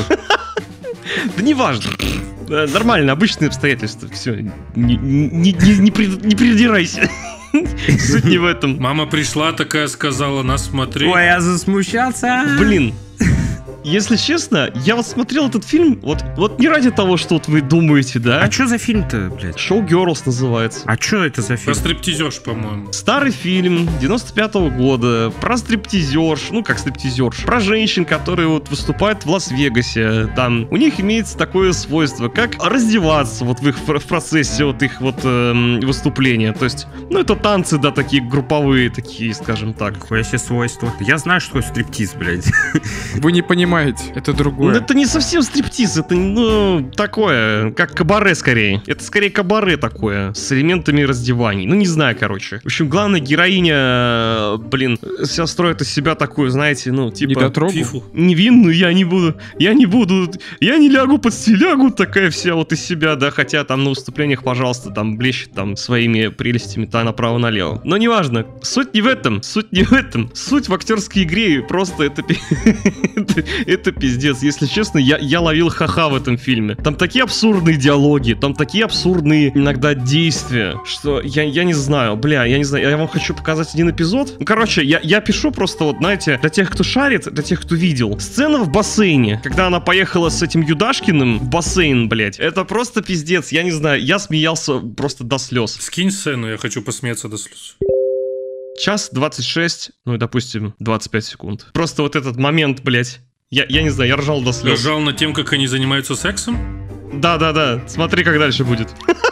Да неважно. Э, Нормально, обычные обстоятельства. Все, не, не, не, не при- не придирайся. Суть не в этом. Мама пришла такая, сказала, на смотри. Ой, я засмущался. Блин. Если честно, я вот смотрел этот фильм, вот, вот не ради того, что вот вы думаете, да? А чё за фильм-то, блядь? «Showgirls» называется. А чё это за Про фильм? стриптизерш, по-моему. Старый фильм девяносто пятого года про стриптизерш, ну как стриптизерш, про женщин, которые вот выступают в Лас-Вегасе. Там у них имеется такое свойство, как раздеваться вот в их в процессе вот их вот эм, выступления. То есть, ну это танцы, да, такие групповые, такие, скажем так. Какое себе свойство. Я знаю, что такое стриптиз, блядь. Вы не понимаете, понимаете, это другое. Ну, это не совсем стриптиз, это, ну, такое, как кабаре скорее. Это скорее кабаре такое, с элементами раздеваний. Ну, не знаю, короче. В общем, главная героиня, блин, вся строит из себя такую, знаете, ну, типа... Недотрогу? Фифу. Невинную я не буду, я не буду, я не лягу под стилягу, такая вся вот из себя, да, хотя там на выступлениях, пожалуйста, там блещет там своими прелестями-то направо-налево. Но неважно, суть не в этом, суть не в этом, суть в актерской игре, просто это, это, это пиздец, если честно, я, я ловил ха-ха в этом фильме. Там такие абсурдные диалоги, там такие абсурдные иногда действия, что я, я не знаю, бля, я не знаю, я вам хочу показать один эпизод. Ну, короче, я, я пишу просто вот, знаете, для тех, кто шарит, для тех, кто видел, сцена в бассейне, когда она поехала с этим Юдашкиным в бассейн, блять, это просто пиздец, я не знаю, я смеялся просто до слез. Скинь сцену, я хочу посмеяться до слез. Час двадцать шесть, ну и, допустим, двадцать пять секунд. Просто вот этот момент, блять, я, я не знаю, я ржал до слез. Ржал над тем, как они занимаются сексом? Да-да-да, смотри, как дальше будет.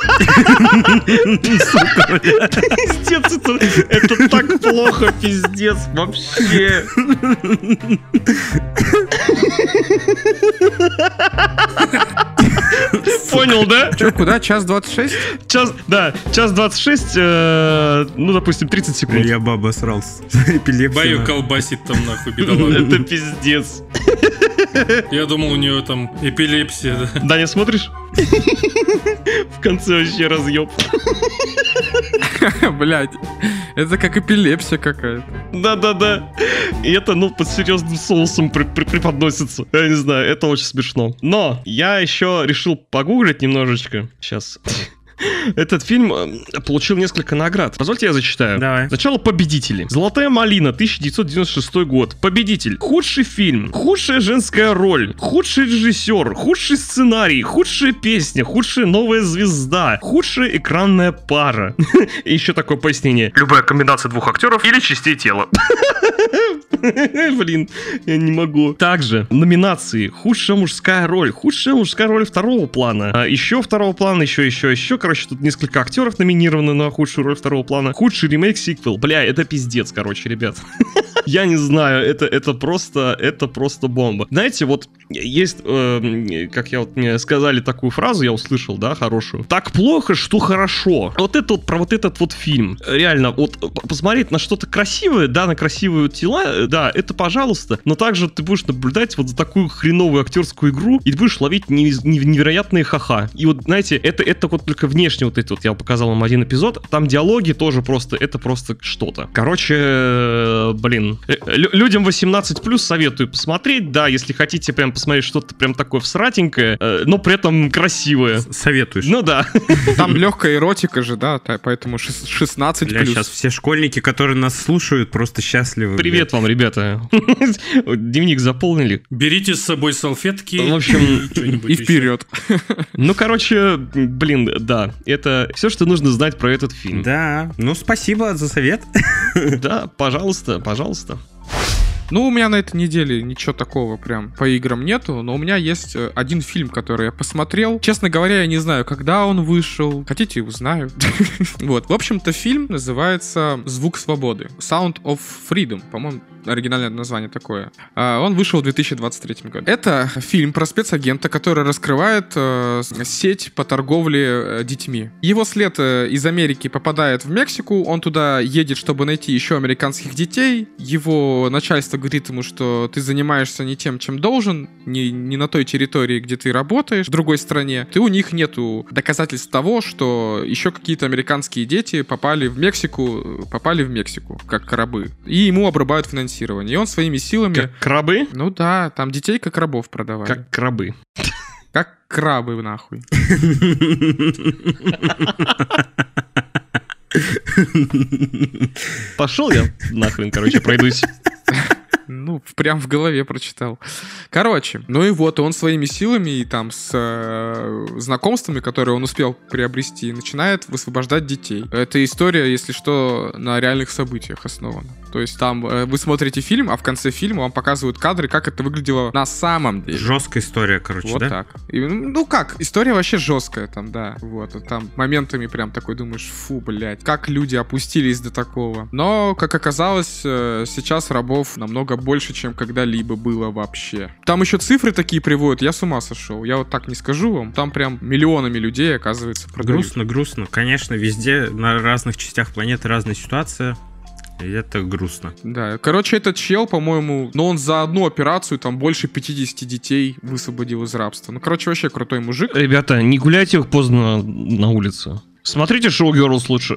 Пиздец, это, это так плохо, пиздец, вообще. Понял, да? Че, куда? Час двадцать шесть? Час, да, час двадцать шесть, э, ну, допустим, тридцать секунд. Я баба срался. Эпилепсия. Баю колбасит там нахуй, бедолага. Это пиздец. Я думал, у нее там эпилепсия, да. Даня, смотришь? В конце вообще разъеб. Блядь, это как эпилепсия какая-то. Да-да-да. И это, ну, под серьезным соусом при- при- преподносится. Я не знаю, это очень смешно. Но я еще решил погуглить немножечко. Сейчас. Этот фильм э, получил несколько наград. Позвольте я зачитаю. Давай. Сначала победители. «Золотая малина», тысяча девятьсот девяносто шестой год. Победитель. Худший фильм. Худшая женская роль. Худший режиссер. Худший сценарий. Худшая песня. Худшая новая звезда. Худшая экранная пара. И еще такое пояснение. Любая комбинация двух актеров или частей тела. Блин, я не могу. Также номинации. Худшая мужская роль. Худшая мужская роль второго плана. А еще второго плана, еще, еще, еще. Короче, тут несколько актеров номинированы на худшую роль второго плана. Худший ремейк-сиквел. Бля, это пиздец, короче, ребят. Я не знаю, это, это просто, это просто бомба. Знаете, вот есть, э, как я вот мне сказали такую фразу, я услышал, да, хорошую. Так плохо, что хорошо. Вот это вот про вот этот вот фильм. Реально, вот посмотреть на что-то красивое, да, на красивые тела, да, это пожалуйста. Но также ты будешь наблюдать вот за такую хреновую актерскую игру, и ты будешь ловить невероятные ха-ха. И вот, знаете, это, это вот только внешне вот это вот, я показал вам один эпизод, там диалоги тоже просто, это просто что-то. Короче, блин, Лю- людям восемнадцать плюс советую посмотреть, да, если хотите прям посмотреть что-то прям такое всратенькое, э, но при этом красивое. Советуешь? Ну да. Там легкая эротика же, да, та- поэтому шес- шестнадцать Бля, плюс. сейчас все школьники, которые нас слушают, просто счастливы. Привет вам, ребята. Дневник заполнили. Берите с собой салфетки. В общем, что-нибудь И еще. вперед. ну, короче, блин, да, это все, что нужно знать про этот фильм. Да, ну спасибо за совет. Да, пожалуйста, пожалуйста. Ну, у меня на этой неделе ничего такого прям по играм нету, но у меня есть э, один фильм, который я посмотрел. Честно говоря, я не знаю, когда он вышел. Хотите, узнаю. Вот, в общем-то, фильм называется «Звук свободы». Sound of Freedom, по-моему, оригинальное название такое. А, Он вышел в две тысячи двадцать третьем году. Это фильм про спецагента, который раскрывает э, сеть по торговле э, детьми. Его след э, из Америки попадает в Мексику, он туда едет, чтобы найти еще американских детей. Его начальство говорит ему, что ты занимаешься не тем, чем должен, не, не на той территории, где ты работаешь, в другой стране. Ты у них нету доказательств того, что еще какие-то американские дети попали в Мексику, попали в Мексику, как рабы. И ему обрубают финансирование. И он своими силами... Как крабы? Ну да, там детей как рабов продавали. Как крабы. Как крабы, нахуй. Пошел я нахрен, короче, пройдусь. Ну, прям в голове прочитал. Короче, ну и вот, он своими силами и там с э, знакомствами, которые он успел приобрести, начинает высвобождать детей. Эта история, если что, на реальных событиях основана. То есть там э, вы смотрите фильм, а в конце фильма вам показывают кадры, как это выглядело на самом деле. Жесткая история, короче, Вот да? так. И, ну как, история вообще жесткая там, да. Вот, там моментами прям такой думаешь, фу, блядь, как люди опустились до такого. Но, как оказалось, э, сейчас рабов намного намного больше, чем когда-либо было вообще. Там еще цифры такие приводят, я с ума сошел. Я вот так не скажу вам. Там прям миллионами людей, оказывается, продают. Грустно, грустно. Конечно, везде, на разных частях планеты разная ситуация. И это грустно. Да, короче, этот чел, по-моему, но он за одну операцию там больше пятьдесят детей высвободил из рабства. Ну, короче, вообще крутой мужик. Ребята, не гуляйте поздно на улице. Смотрите шоу Girls лучше.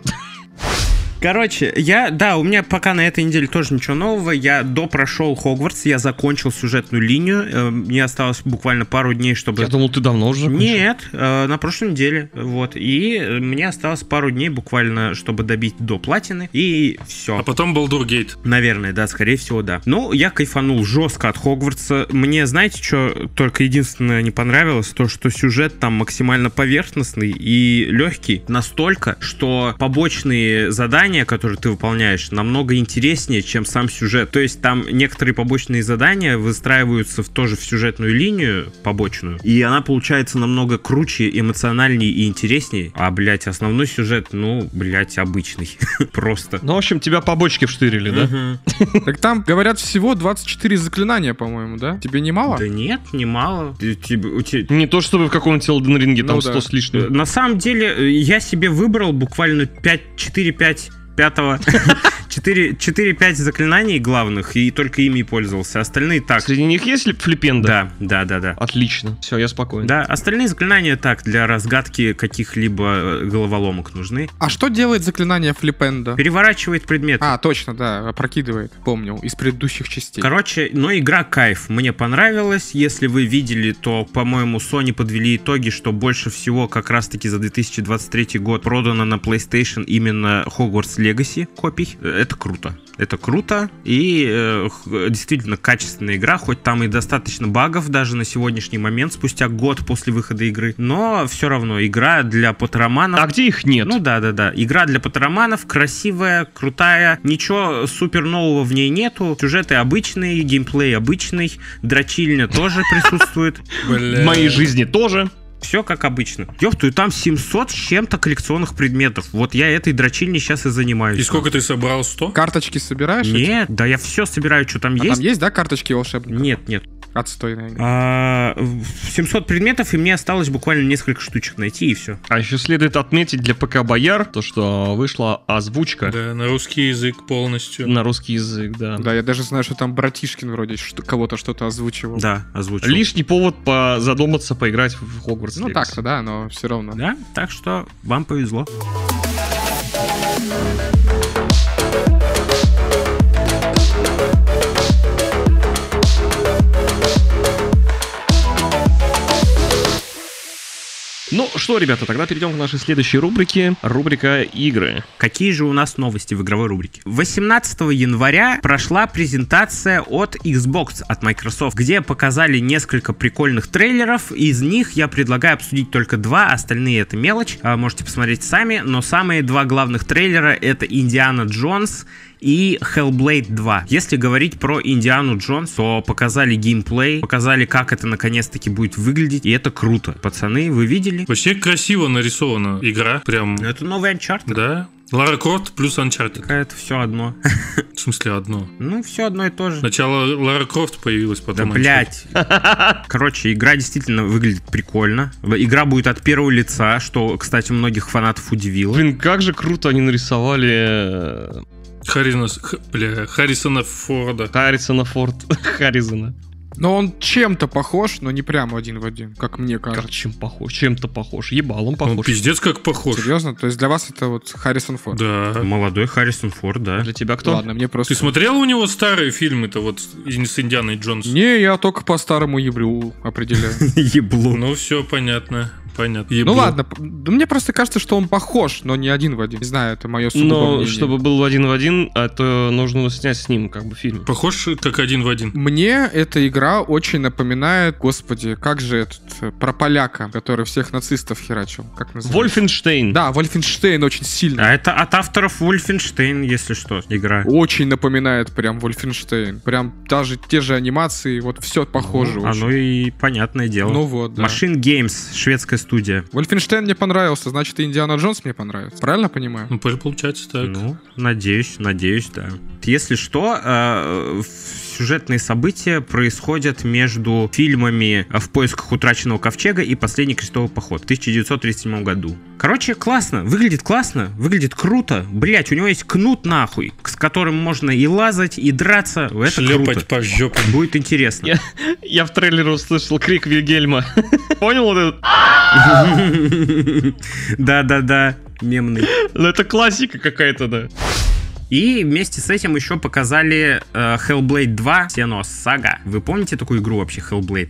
Короче, я, да, у меня пока на этой неделе тоже ничего нового. Я допрошел Хогвартс, я закончил сюжетную линию. Э, мне осталось буквально пару дней, чтобы... Я думал, ты давно уже закончил. Нет, э, на прошлой неделе. Вот. И мне осталось пару дней буквально, чтобы добить до платины. И все. А потом Baldur Gate. Наверное, да, скорее всего, да. Ну, я кайфанул жестко от Хогвартса. Мне, знаете, что только единственное не понравилось? То, что сюжет там максимально поверхностный и легкий. Настолько, что побочные задания, которые ты выполняешь, намного интереснее, чем сам сюжет. То есть там некоторые побочные задания выстраиваются в, тоже в сюжетную линию побочную, и она получается намного круче, эмоциональнее и интереснее. А, блядь, основной сюжет, ну, блядь, обычный. Просто. Ну, в общем, тебя побочки вштырили, да? Так там, говорят, всего двадцать четыре заклинания, по-моему, да? Тебе не мало? Да нет, немало. Не то, чтобы в каком-нибудь Elden Ring там сто с лишним. На самом деле, я себе выбрал буквально четыре-пять пятого четыре-пять заклинаний главных, и только ими и пользовался. Остальные так. Среди них есть флипенда? Да, да, да, да. Отлично. Все, я спокоен. Да, остальные заклинания так, для разгадки каких-либо головоломок нужны. А что делает заклинание флипенда? Переворачивает предметы. А, точно, да, опрокидывает, помнил, из предыдущих частей. Короче, но игра кайф, мне понравилась. Если вы видели, то, по-моему, Sony подвели итоги, что больше всего как раз-таки за две тысячи двадцать третий год продано на PlayStation именно Hogwarts Legacy копий. Это круто. Это круто и э, действительно качественная игра, хоть там и достаточно багов даже на сегодняшний момент, спустя год после выхода игры. Но все равно игра для патроманов. А где их нет? Ну да, да, да. Игра для патроманов, красивая, крутая. Ничего супер нового в ней нету. Сюжеты обычные, геймплей обычный, дрочильня тоже присутствует. В моей жизни тоже. Все как обычно. Ёпту, и там семьсот с чем-то коллекционных предметов. Вот я этой дрочильней сейчас и занимаюсь. И сколько ты собрал? сто? Карточки собираешь? Нет, да я все собираю, что там А есть. там есть, да, карточки волшебников? Нет, нет. Отстойная игра. А, семьсот предметов, и мне осталось буквально несколько штучек найти, и все. А еще следует отметить для ПК Бояр то, что вышла озвучка. Да, на русский язык полностью. На русский язык, да. Да, я даже знаю, что там Братишкин вроде что- кого-то что-то озвучивал. Да, озвучил. Лишний повод по- задуматься поиграть в Хогвартс Ну Legacy. так-то, да, но все равно. Да, так что вам повезло. Ну что, ребята, тогда перейдем к нашей следующей рубрике. Рубрика «Игры». Какие же у нас новости в игровой рубрике? восемнадцатого января прошла презентация от Xbox, от Microsoft, где показали несколько прикольных трейлеров. Из них я предлагаю обсудить только два, остальные это мелочь. А, можете посмотреть сами, но самые два главных трейлера — это Индиана Джонс и Hellblade два. Если говорить про Индиану Джонс, то показали геймплей, показали, как это наконец-таки будет выглядеть, и это круто. Пацаны, вы видели? Вообще красиво нарисована игра, прям, Это новый Uncharted. да. Лара Крофт плюс Uncharted. Это все одно. В смысле одно. Ну, все одно и то же. Сначала Лара Крофт появилась, Да, потом Uncharted. блять. Короче, игра действительно выглядит прикольно. Игра будет от первого лица, что, кстати, многих фанатов удивило. Блин, как же круто они нарисовали Харрисона, Х- бля, Харрисона Форда. Харрисона Форд. Харрисона. Но он чем-то похож, но не прямо один в один, как мне Как кажется. чем похож? Чем-то похож. Ебалом Он похож. пиздец как похож. Серьезно? То есть для вас это вот Харрисон Форд? Да. Молодой Харрисон Форд, да. Для тебя кто? Ладно, мне просто... Ты смотрел у него старые фильмы-то вот с с Индианой Джонс? Не, я только по старому еблю определяю. Ебло. Ну все понятно. Понятно. Ну Ебло. ладно, п- да мне просто кажется, что он похож, но не один в один. Не знаю, это мое сугубо Но мнение. чтобы был один в один, а то нужно снять с ним как бы фильм. Похож как один в один. Мне эта игра очень напоминает, господи, как же этот, э, про поляка, который всех нацистов херачил. Как называется? Вольфенштейн. Да, Вольфенштейн очень сильно. А это от авторов Wolfenstein, если что, игра. Очень напоминает прям Вольфенштейн. Прям даже те же анимации, вот все похоже очень. Оно и понятное дело. Ну вот, да. Machine Games, шведская студия. Вольфенштейн мне понравился, значит и Индиана Джонс мне понравится. Правильно понимаю? Ну, получается так. Ну, надеюсь, надеюсь, да. Если что, э, сюжетные события происходят между фильмами «В поисках утраченного ковчега» и «Последний крестовый поход» в тысяча девятьсот тридцать седьмом году. Короче, классно, выглядит классно, выглядит круто. Блять, у него есть кнут нахуй, с которым можно и лазать, и драться. Это шлепать круто. по жопам. Будет интересно. Я, я в трейлере услышал крик Вильгельма. Понял вот этот? Да-да-да, мемный. Ну это классика какая-то, да. И вместе с этим еще показали э, Hellblade два Senua's Saga. Вы помните такую игру вообще, Hellblade?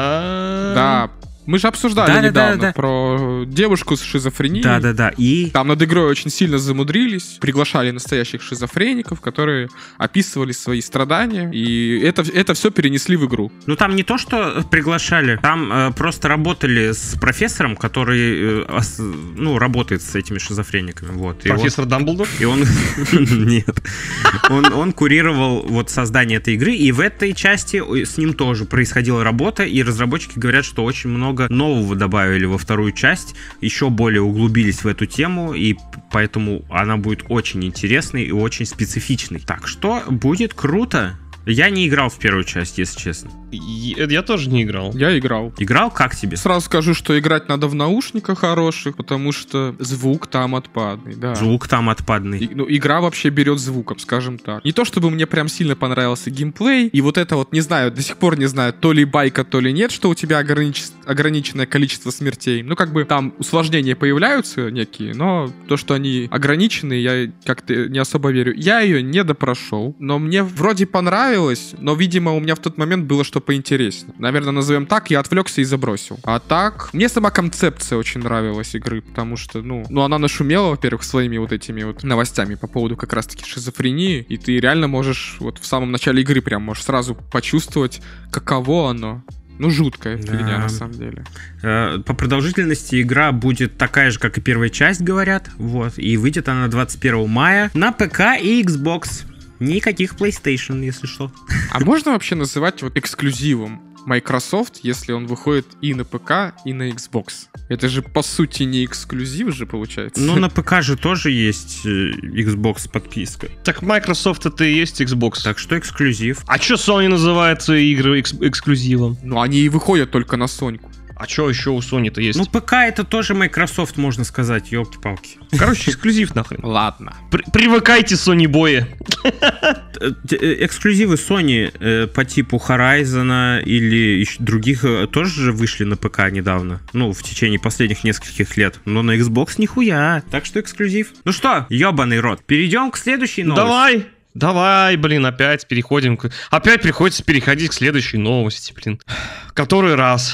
Да. Да, мы же обсуждали Да, да, недавно да, да. про девушку с шизофренией. Да-да-да, и... Там над игрой очень сильно замудрились, приглашали настоящих шизофреников, которые описывали свои страдания, и это, это все перенесли в игру. Ну там не то, что приглашали, там э, просто работали с профессором, который, э, ос- ну, работает с этими шизофрениками. Вот. И Профессор Дамблдор? И он... Нет. Он, он курировал вот создание этой игры, и в этой части с ним тоже происходила работа, и разработчики говорят, что очень много нового добавили во вторую часть, еще более углубились в эту тему, и поэтому она будет очень интересной и очень специфичной. Так что будет круто. Я не играл в первую часть, если честно. Я, я тоже не играл. Я играл. Играл? Как тебе? Сразу скажу, что играть надо в наушниках хороших, потому что звук там отпадный, да. Звук там отпадный. И, ну, игра вообще берет звуком, скажем так. Не то чтобы мне прям сильно понравился геймплей, и вот это вот, не знаю, до сих пор не знаю, то ли байка, то ли нет, что у тебя огранич... ограниченное количество смертей. Ну, как бы там усложнения появляются некие, но то, что они ограничены, я как-то не особо верю. Я ее не допрошел, но мне вроде понравилось, но, видимо, у меня в тот момент было что поинтереснее. Наверное, назовем так, я отвлекся и забросил. А так, мне сама концепция очень нравилась игры, потому что, ну, ну она нашумела, во-первых, своими вот этими вот новостями по поводу как раз-таки шизофрении, и ты реально можешь вот в самом начале игры прям можешь сразу почувствовать, каково оно. Ну, жуткая Да. фигня, на самом деле. Э, По продолжительности игра будет такая же, как и первая часть, говорят. Вот. И выйдет она двадцать первого мая на ПК и Xbox. Никаких PlayStation, если что. А можно вообще называть вот эксклюзивом Microsoft, если он выходит и на ПК, и на Xbox? Это же, по сути, не эксклюзив же, получается. Ну, на ПК же тоже есть э, Xbox подписка. Так Microsoft это и есть Xbox. Так что эксклюзив. А чё Sony называет свои игры экс- эксклюзивом? Ну, они и выходят только на Соньку. А чё еще у Sony-то есть? Ну, ПК это тоже Microsoft, можно сказать, ёлки-палки. Короче, эксклюзив нахрен. Ладно. При- привыкайте, Sony бои. Э, э, Эксклюзивы Sony э, по типу Horizon или ещё других э, тоже же вышли на ПК недавно. Ну, в течение последних нескольких лет. Но на Xbox нихуя. Так что эксклюзив. Ну что, ёбаный рот, перейдем к следующей новости. Давай! Давай, блин, опять переходим к... Опять приходится переходить к следующей новости, блин. Который раз.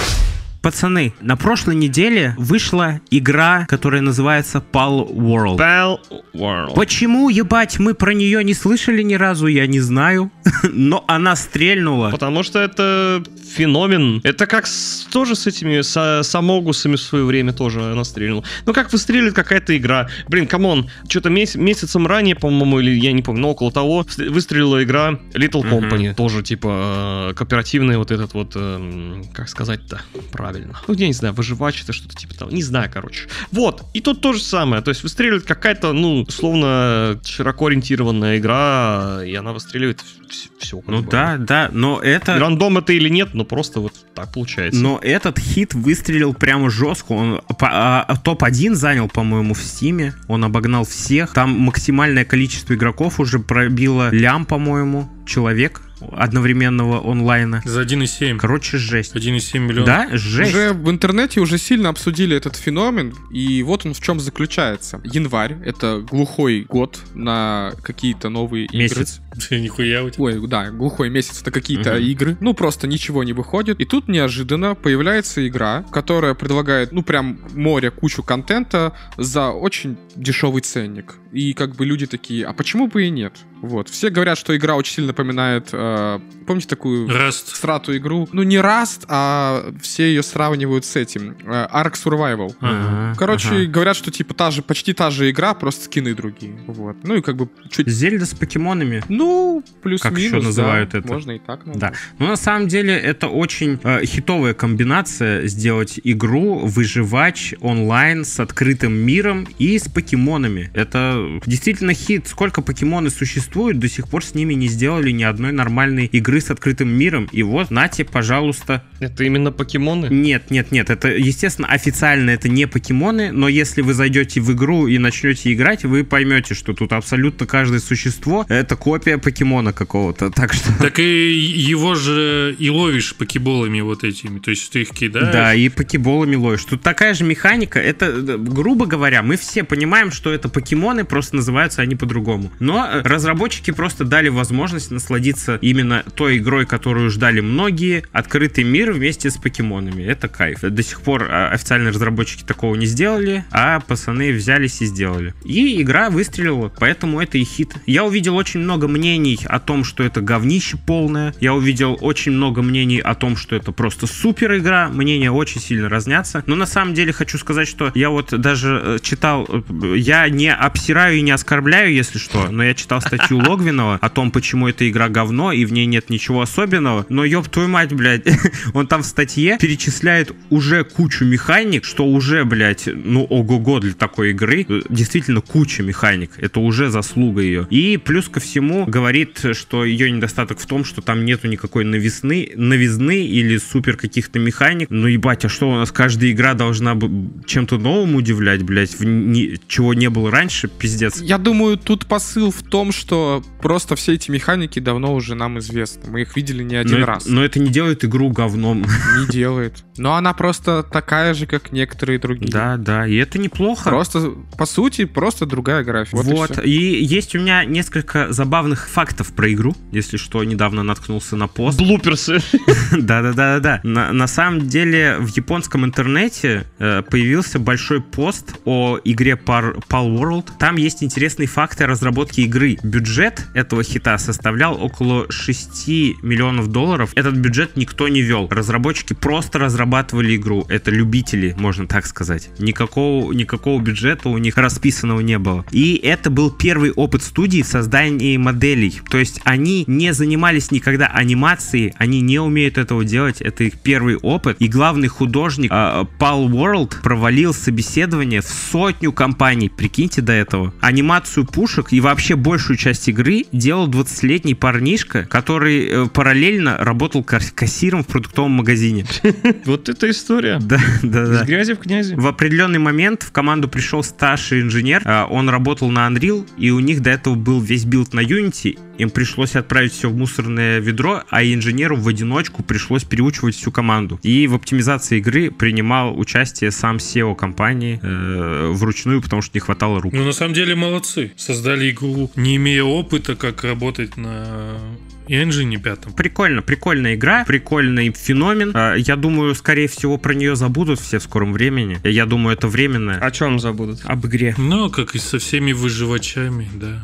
Пацаны, на прошлой неделе вышла игра, которая называется Pal World. Pal World. Почему, ебать, мы про нее не слышали ни разу, я не знаю. Но она стрельнула. Потому что это феномен. Это как с, тоже с этими с, с Амогусами в свое время тоже она стрельнула. Ну как выстрелит какая-то игра. Блин, камон, что-то месяц, месяцем ранее, по-моему, или я не помню, но около того выстрелила игра Little Company. Uh-huh. Тоже типа э, кооперативный вот этот вот, э, как сказать-то правильно. Ну, я не знаю, выживач, это что-то типа того. Не знаю, короче. Вот, и тут то же самое. То есть выстреливает какая-то, ну, условно, широко ориентированная игра, и она выстреливает все. Ну да, да, но это... Рандом это или нет, но просто вот так получается. Но этот хит выстрелил прямо жестко. Он по- а, топ один занял, по-моему, в Стиме. Он обогнал всех. Там максимальное количество игроков уже пробило лям, по-моему, человек одновременного онлайна. За один и семь. Короче, жесть. один и семь миллионов. Да, жесть. Уже в интернете уже сильно обсудили этот феномен, и вот он в чем заключается. Январь — это глухой год на какие-то новые Месяц. игры. Нихуя у тебя. Ой, да, глухой месяц на какие-то Мгм. игры. Ну, просто ничего не выходит. И тут неожиданно появляется игра, которая предлагает, ну, прям море, кучу контента за очень дешевый ценник. И как бы люди такие, а почему бы и нет? Вот. Все говорят, что игра очень сильно напоминает, э, помните такую Rust. страту игру? Ну, не Rust, а все ее сравнивают с этим. Э, Ark Survival. Ага, Короче, ага. говорят, что типа та же, почти та же игра, просто скины другие. Вот. Ну и как бы чуть... Зельда с покемонами. Ну, плюс-минус, Как еще называют да, это? можно и так назвать. Да. Но на самом деле это очень э, хитовая комбинация сделать игру, выживач онлайн с открытым миром и с покемонами. Это действительно хит. Сколько покемоны существует существуют, до сих пор с ними не сделали ни одной нормальной игры с открытым миром. И вот, нате, пожалуйста. Это именно покемоны? Нет, нет, нет, это, естественно, официально это не покемоны, но если вы зайдете в игру и начнете играть, вы поймете, что тут абсолютно каждое существо — это копия покемона какого-то, так что... Так и его же и ловишь покеболами вот этими, то есть ты их кидаешь. Да, и покеболами ловишь. Тут такая же механика, это, грубо говоря, мы все понимаем, что это покемоны, просто называются они по-другому. Но разработчики просто дали возможность насладиться именно той игрой, которую ждали многие, открытый мир вместе с покемонами. Это кайф. До сих пор официальные разработчики такого не сделали, а пацаны взялись и сделали. И игра выстрелила, поэтому это и хит. Я увидел очень много мнений о том, что это говнище полное. Я увидел очень много мнений о том, что это просто супер игра. Мнения очень сильно разнятся. Но на самом деле хочу сказать, что я вот даже читал, я не обсираю и не оскорбляю, если что, но я читал статью Логвинова о том, почему эта игра говно и в ней нет ничего особенного. Но ёб твою мать, блядь, он там в статье перечисляет уже кучу механик, что уже, блядь, ну ого-го для такой игры. Действительно куча механик. Это уже заслуга ее. И плюс ко всему говорит, что ее недостаток в том, что там нету никакой новизны, новизны или супер каких-то механик. Ну ебать, а что у нас каждая игра должна чем-то новым удивлять, блядь, в не, чего не было раньше, пиздец. Я думаю, тут посыл в том, что просто все эти механики давно уже нам известны. Мы их видели не один но раз. Это, но это не делает игру говном. Не делает. Но она просто такая же, как некоторые другие. Да, да, и это неплохо. Просто, по сути, просто другая графика. Вот, вот. И, и есть у меня несколько забавных фактов про игру, если что, недавно наткнулся на пост. Блуперсы. Да-да-да-да. На, на самом деле в японском интернете э, появился большой пост о игре Pal World. Там есть интересные факты разработки игры. Бюджет этого хита составлял около шести миллионов долларов. Этот бюджет никто не вел. Разработчики просто разрабатывали игру. Это любители, можно так сказать. Никакого, никакого бюджета у них расписанного не было. И это был первый опыт студии в создании моделей. То есть они не занимались никогда анимацией, они не умеют этого делать. Это их первый опыт. И главный художник э, Pal World провалил собеседование в сотню компаний. Прикиньте до этого. Анимацию пушек и вообще большую часть игры делал двадцатилетний парнишка, который э, параллельно работал кассиром в продуктовом магазине. Вот это история. Да, да, да. Из грязи в князи. В определенный момент в команду пришел старший инженер. Он работал на Unreal, и у них до этого был весь билд на Unity. Им пришлось отправить все в мусорное ведро, а инженеру в одиночку пришлось переучивать всю команду. И в оптимизации игры принимал участие сам си и о компании э, вручную, потому что не хватало рук. Ну, на самом деле, молодцы. Создали игру, не имея опыта, как работать на... и Engine пятом. Прикольно, прикольная игра, прикольный феномен. Я думаю, скорее всего, про нее забудут все в скором времени. Я думаю, это временно. О чем забудут? Об игре. Ну, как и со всеми выживачами, да.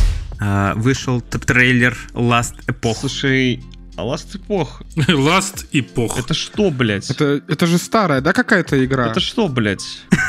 А, вышел трейлер Last Epoch. Слушай, а Last Epoch? Last Epoch. Это что, блядь? Это, это же старая, да, какая-то игра? Это что, блядь?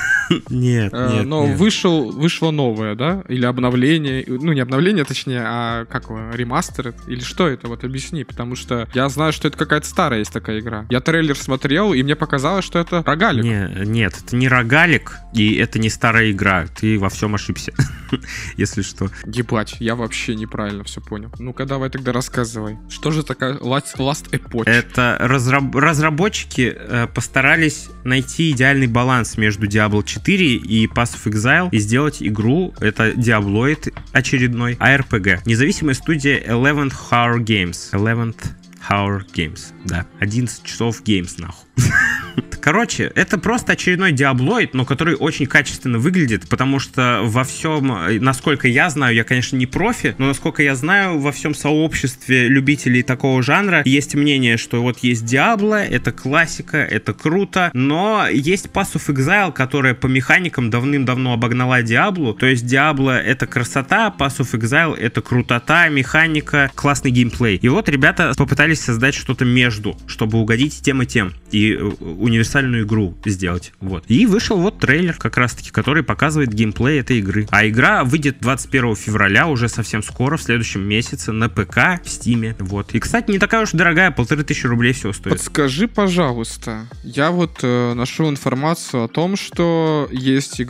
Нет, э, нет, но нет. Вышел, вышло новое, да? Или обновление. Ну, не обновление, точнее, а как его, ремастер? Или что это? Вот объясни, потому что я знаю, что это какая-то старая есть такая игра. Я трейлер смотрел, и мне показалось, что это рогалик. Не, нет, это не рогалик, и это не старая игра. Ты во всем ошибся, если что. Ебать, я вообще неправильно все понял. Ну-ка, давай тогда рассказывай. Что же такая Last, Last Epoch? Это разраб- разработчики э, постарались найти идеальный баланс между Diablo четыре и Path of Exile и сделать игру, это Diabloid очередной, а эр пи джи. Независимая студия eleventh Hour Games. eleventh Hour Games, да. одиннадцать часов Games, нахуй. Короче, это просто очередной Diabloid, но который очень качественно выглядит, потому что во всем, насколько я знаю, я, конечно, не профи, но насколько я знаю, во всем сообществе любителей такого жанра есть мнение, что вот есть Diablo, это классика, это круто, но есть Path of Exile, которая по механикам давным-давно обогнала Diablo, то есть Diablo — это красота, Path of Exile — это крутота, механика, классный геймплей. И вот ребята попытались создать что-то между, чтобы угодить тем и тем, и универсальную игру сделать. Вот. И вышел вот трейлер, как раз-таки, который показывает геймплей этой игры. А игра выйдет двадцать первого февраля, уже совсем скоро, в следующем месяце, на ПК, в Стиме. Вот. И, кстати, не такая уж дорогая, полторы тысячи рублей всего стоит. Подскажи, пожалуйста, я вот э, нашел информацию о том, что есть игра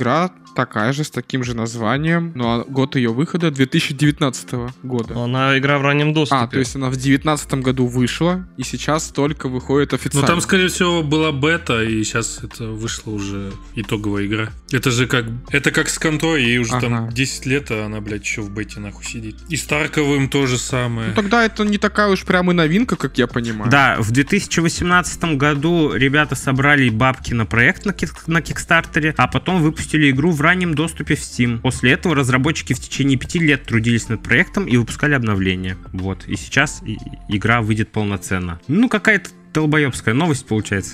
такая же, с таким же названием. Ну а год ее выхода две тысячи девятнадцатого года. Она игра в раннем доступе. А, то есть она в девятнадцатом году вышла, и сейчас только выходит официально. Ну там, скорее всего, была бета, и сейчас это вышла уже итоговая игра. Это же как... Это как с контой, ей уже Ага. там десять лет, а она, блядь, еще в бете нахуй сидит. И с Тарковым то же самое. Ну тогда это не такая уж прям и новинка, как я понимаю. Да, в две тысячи восемнадцатом году ребята собрали бабки на проект на, кик- на Кикстартере, а потом выпустили игру в раннем доступе в Steam. После этого разработчики в течение пяти лет трудились над проектом и выпускали обновления. Вот. И сейчас и- игра выйдет полноценно. Ну, какая-то долбоебская новость получается.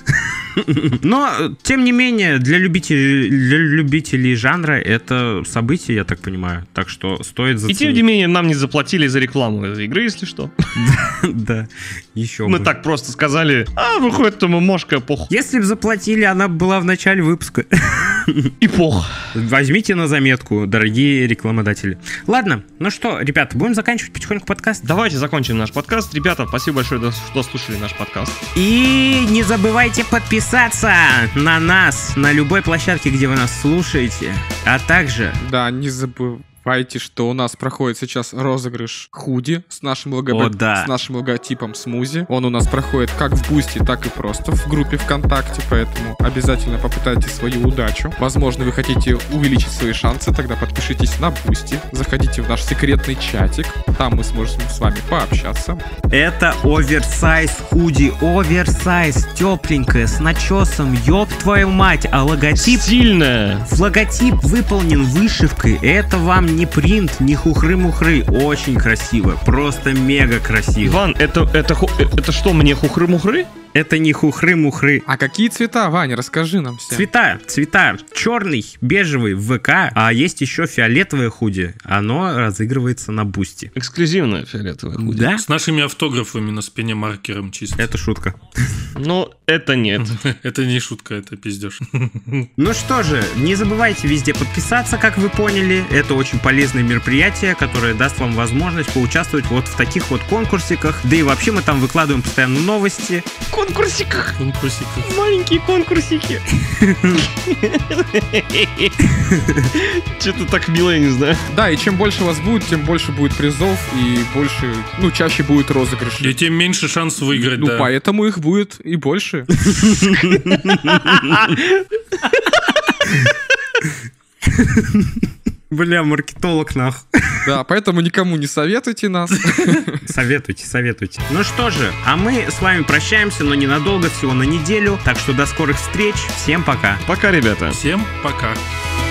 Но, тем не менее, для любителей, для любителей жанра это событие, я так понимаю. Так что стоит И заценить. тем не менее, нам не заплатили за рекламу этой игры, если что. Да, еще Мы бы. так просто сказали, а, выходит ММОшка, похуй. Если бы заплатили, она бы была в начале выпуска. И пох. Возьмите на заметку, дорогие рекламодатели. Ладно, ну что, ребята, будем заканчивать потихоньку подкаст. Давайте закончим наш подкаст. Ребята, спасибо большое, что слушали наш подкаст. И не забывайте подписаться на нас на любой площадке, где вы нас слушаете. А также... Да, не забывайте, что у нас проходит сейчас розыгрыш худи с нашим, логоп... О, да. с нашим логотипом Смузи. Он у нас проходит как в Бусти, так и просто в группе ВКонтакте, поэтому обязательно попытайте свою удачу. Возможно, вы хотите увеличить свои шансы, тогда подпишитесь на Бусти, заходите в наш секретный чатик, там мы сможем с вами пообщаться. Это оверсайз худи, оверсайз, тепленькая, с начесом, ёб твою мать, а логотип... Сильная. Логотип выполнен вышивкой, это вам не принт, не хухры-мухры, очень красиво, просто мега красиво. Иван, это, это, ху- это что, мне хухры-мухры? Это не хухры-мухры. А какие цвета, Ваня, расскажи нам всем. Цвета, цвета, черный, бежевый в ВК, а есть еще фиолетовое худи, оно разыгрывается на Бусти. Эксклюзивная фиолетовая худи. Да? С нашими автографами на спине маркером чисто. Это шутка. Но это нет. Это не шутка, это пиздеж. Ну что же, не забывайте везде подписаться, как вы поняли. Это очень полезное мероприятие, которое даст вам возможность поучаствовать вот в таких вот конкурсиках. Да и вообще мы там выкладываем постоянно новости. Конкурсиках. Конкурсик. Маленькие конкурсики. Что-то так мило, я не знаю. Да, и чем больше вас будет, тем больше будет призов и больше, ну, чаще будет розыгрыш. И тем меньше шанс выиграть, Ну, да. поэтому их будет и больше. Бля, маркетолог нахуй. Да, поэтому никому не советуйте нас. Советуйте, советуйте. Ну что же, а мы с вами прощаемся, но ненадолго, всего на неделю. Так что до скорых встреч. Всем пока. Пока, ребята. Всем пока.